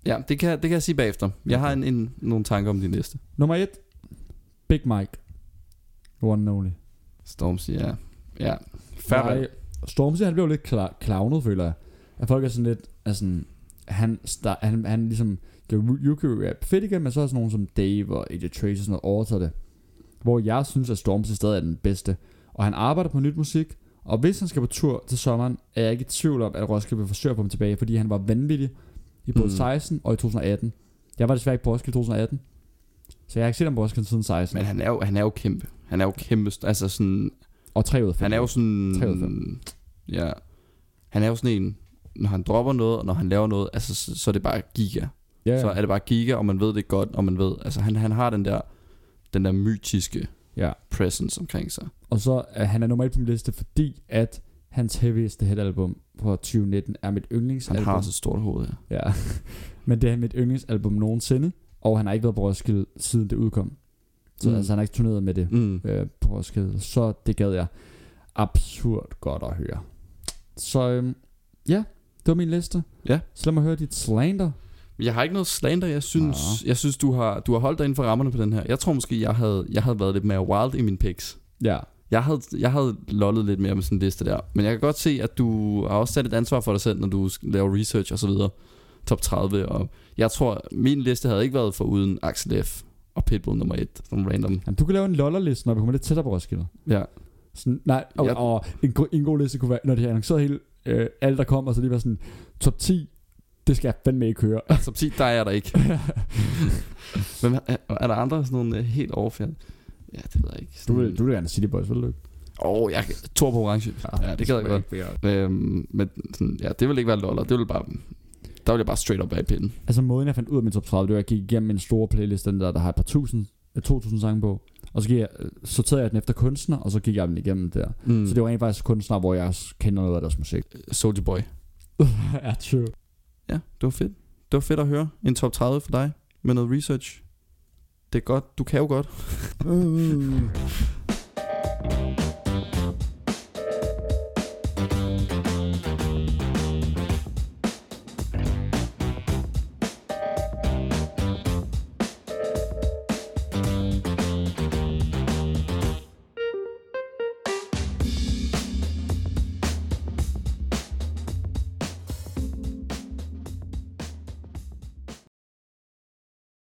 Ja, det kan, det kan jeg sige bagefter. Jeg har en, en, nogle tanker om din liste. Nummer et. Big Mike. One and only. Stormzy, ja. Ja, fair. Stormzy, han blev lidt kla- clownet, føler jeg. At folk er sådan lidt, altså, han, star- han, han ligesom gjorde U K rap fedt igen, men så er sådan nogen som Dave og A J Trace og sådan noget overtaget det. Hvor jeg synes, at Stormzy stadig er den bedste. Og han arbejder på nyt musik, og hvis han skal på tur til sommeren, er jeg ikke i tvivl om, at Roskilde vil forsøge på ham tilbage, fordi han var vanvittig i både mm. seksten og i to tusind atten. Jeg var desværre ikke på Roskilde i to tusind atten, så jeg har ikke set ham på Roskilde siden seksten. Men han er jo, han er jo kæmpe. Han er jo kæmpe, altså sådan... Og tre ud af fem. Han er jo sådan... tre ud af fem. Ja. Han er jo sådan en... Når han dropper noget, og når han laver noget, altså så, så er det bare giga. Yeah. Så er det bare giga, og man ved det godt, og man ved... Altså han, han har den der... Den der mytiske ja. presence omkring sig. Og så er han er nummer et på min liste, fordi at hans heavieste hitalbum fra tyve nitten er mit yndlingsalbum. Han har så stort hoved, ja. Ja. Men det er mit yndlingsalbum nogensinde, og han har ikke været på Roskilde siden det udkom. Så mm. altså, han har ikke turneret med det mm. øh, på Roskilde. Så det gad jeg absurd godt at høre. Så øhm, ja, det var min liste. Ja. Så lad mig høre dit slander. Jeg har ikke noget slander. Jeg synes, ja. jeg synes du har du har holdt dig inden for rammerne på den her. Jeg tror måske jeg havde jeg havde været lidt mere wild i mine picks. Ja. Jeg havde jeg havde lollet lidt mere med sådan en liste der. Men jeg kan godt se at du har også sat et ansvar for dig selv, når du laver research og så videre. Top tredive, og jeg tror min liste havde ikke været for uden Axel F og Pitbull nummer et som random. Jamen, du kan lave en lollerliste, når vi kommer lidt tættere på Roskilde. Ja. Sådan, nej, og, yep. og en, go- en god liste kunne være, når de har annonceret hele øh, alt der kommer, så lige var sådan top ti. Det skal jeg fandme ikke høre. Ja, top ti, der er der ikke. Men er, er der andre sådan nogle helt overfærd? Ja, det ved jeg ikke. Sådan... Du vil, du vil gerne City Boys, vil du ikke? Åh, oh, jeg Tor på orange. Ja, ja det gad jeg godt. Øhm, men sådan, ja, det vil ikke være loller. Det vil bare... Der vil jeg bare straight up være i pinden. Altså måden jeg fandt ud af min top tredive, det var at jeg gik igennem en stor playlist, den der, der har et par tusind, to tusind sange på. Og så gik jeg, sorterede jeg den efter kunstner, og så gik jeg den igennem der. Mm. Så det var egentlig faktisk kunstner, hvor jeg kender noget af deres musik. Soulja Boy. Ja, true. Ja, det var fedt. Det var fedt at høre en top tredive for dig med noget research. Det er godt. Du kan jo godt.